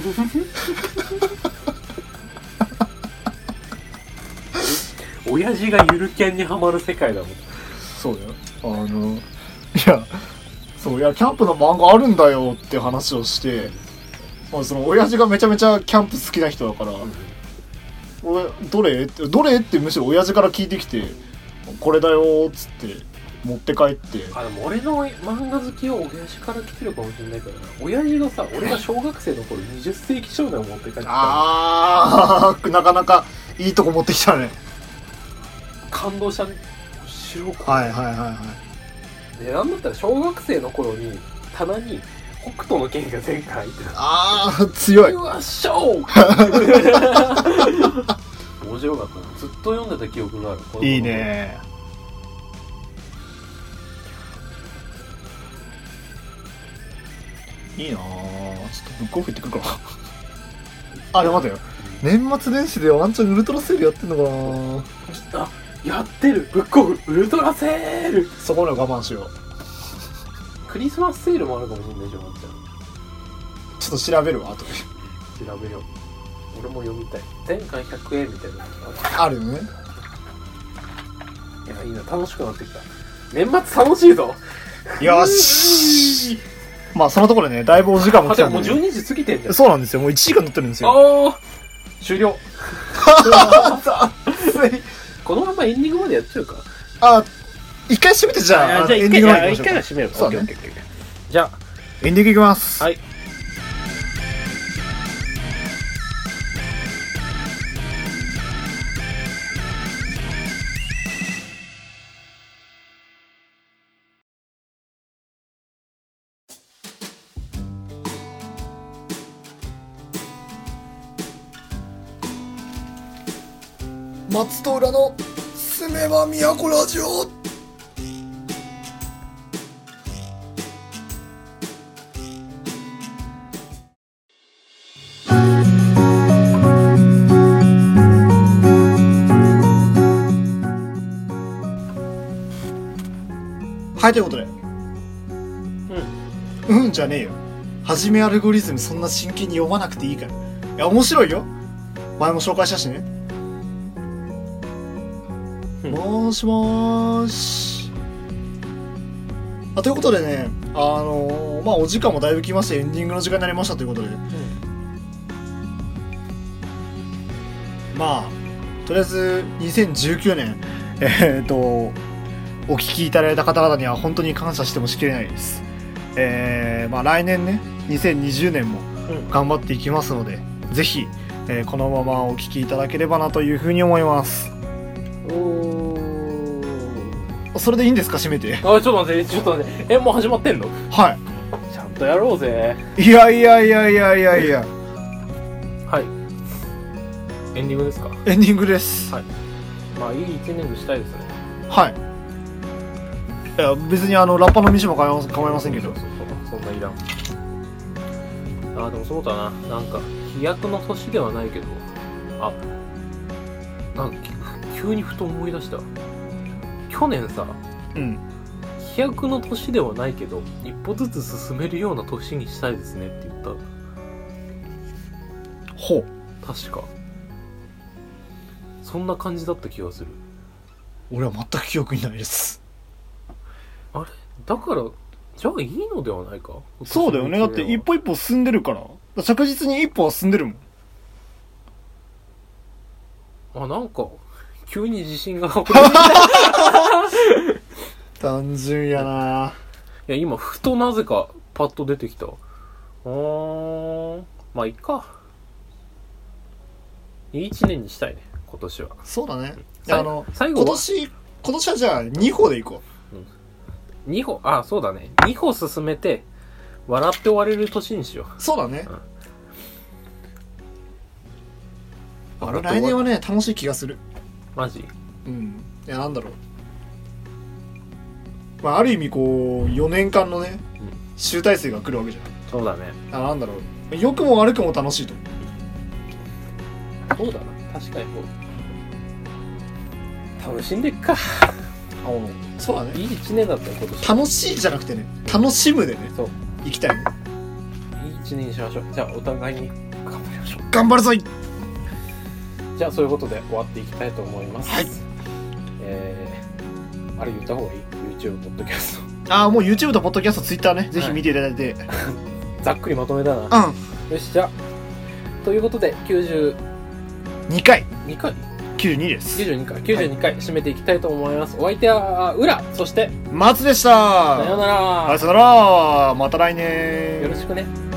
親父がゆるキャンにハマる世界だもん。 そうだよ。あのいやそういやキャンプの漫画あるんだよって話をして、まあ、その親父がめちゃめちゃキャンプ好きな人だから、うん、俺どれってどれってむしろ親父から聞いてきてこれだよっつって持って帰って。 あでも俺の漫画好きは親父から来てるかもしれないからな。親父がさ俺が小学生の頃にじゅっせいき少年を持って帰ってた。 あーなかなかいいとこ持ってきたね。 感動したね。白くはいはいはいはい。 でなんだったら小学生の頃に棚に北斗の拳が全巻入ってた。 あー強い。 うわっしょー面白かった。ずっと読んでた記憶がある。 いいね。いいなぁ。ちょっとブックオフ行ってくるかあ、でも待てよ。年末年始でワンチャンウルトラセールやってんのかな。 あ、やってる。ブックオフウルトラセール。 そこまで我慢しよう。 クリスマスセールもあるかもしれないじゃん。ワンちゃんちょっと調べるわ後で。 調べよう。俺も読みたい。全巻ひゃくえんみたいなのあるよね。 いやいいな、楽しくなってきた。年末楽しいぞ。 よしまあそのところでねだいぶお時間も来たんで、 もうじゅうにじ過ぎてんじゃん。 そうなんですよ。もういちじかん経ってるんですよ。 ああ終了このままエンディングまでやっちゃうか。 あ一回閉めてじゃあ、 あじゃあエンディングまで一回は閉める。 そうね。 じゃあエンディングいきます。 はい。 松戸浦の住めば都ラジオ。はいということでうんうんじゃねえよ。はじめアルゴリズムそんな真剣に読まなくていいから。いや面白いよ。前も紹介したしね。もーしもーし。あということでね、あのー、まあお時間もだいぶ来ましてエンディングの時間になりましたということで、うん、まあとりあえずにせんじゅうきゅうねんえー、っとお聞きいただいた方々には本当に感謝してもしきれないです。えー、まあ来年ねにせんにじゅうねんも頑張っていきますので、うん、ぜひ、えー、このままお聞きいただければなというふうに思います。おそれでいいんですか締めて。 あちょっと待ってちょっと待ってえもう始まってんの。 はいちゃんとやろうぜ。 いやいやいやいやいやいやはいエンディングですか。 エンディングです。 はいまあいい一年にしたいですね。 はいいや別にあのラッパの道も構いませんけど。 そうそうそうそんないらん。あーでもそうだな。なんか飛躍の年ではないけどあなんか急にふと思い出した。去年さ、うん、飛躍の年ではないけど一歩ずつ進めるような年にしたいですねって言った。 ほう確かそんな感じだった気がする。 俺は全く記憶にないです。 あれだからじゃあいいのではないか。 そうだよね。だって一歩一歩進んでるから着実に一歩は進んでるもん。 あなんか急に自信が単純やな。 いや今ふとなぜかパッと出てきた。うーん、まあいいか。いい一年にしたいね今年は。 そうだね。 さいあの最後は今年今年はじゃあにほでいこにほ、あ、そうだね。にほ進めて笑って終われる年にしよう。そうだね。 うん、 俺来年はね楽しい気がする。 マジ？ うん。いやなんだろう。まあある意味こうよねんかんのね、うん、集大成が来るわけじゃん。 そうだね。 あ、なんだろう。良くも悪くも楽しいと。 そうだな。確かにこう楽しんでっか。 そうだね。 いい一年だったよ今年。 楽しいじゃなくてね、楽しむでね。そう。行きたいね。 いい一年にしましょう。じゃあお互いに頑張りましょう。 頑張るぞい。 じゃあそういうことで終わっていきたいと思います。はい。えー、あれ言った方がいい？ YouTube ポッドキャスト。 ああ、もう YouTube とポッドキャスト、Twitter ね、ぜひ見ていただいて。はい、 ざっくりまとめたな。うん。よし、じゃあということできゅうじゅうにかい。にかい？ きゅうじゅうにです。 きゅうじゅうにかい、きゅうじゅうにかい締めていきたいと思います。お相手は浦、そして松でした。 さようなら。 はい、さよなら。また来年。 よろしくね。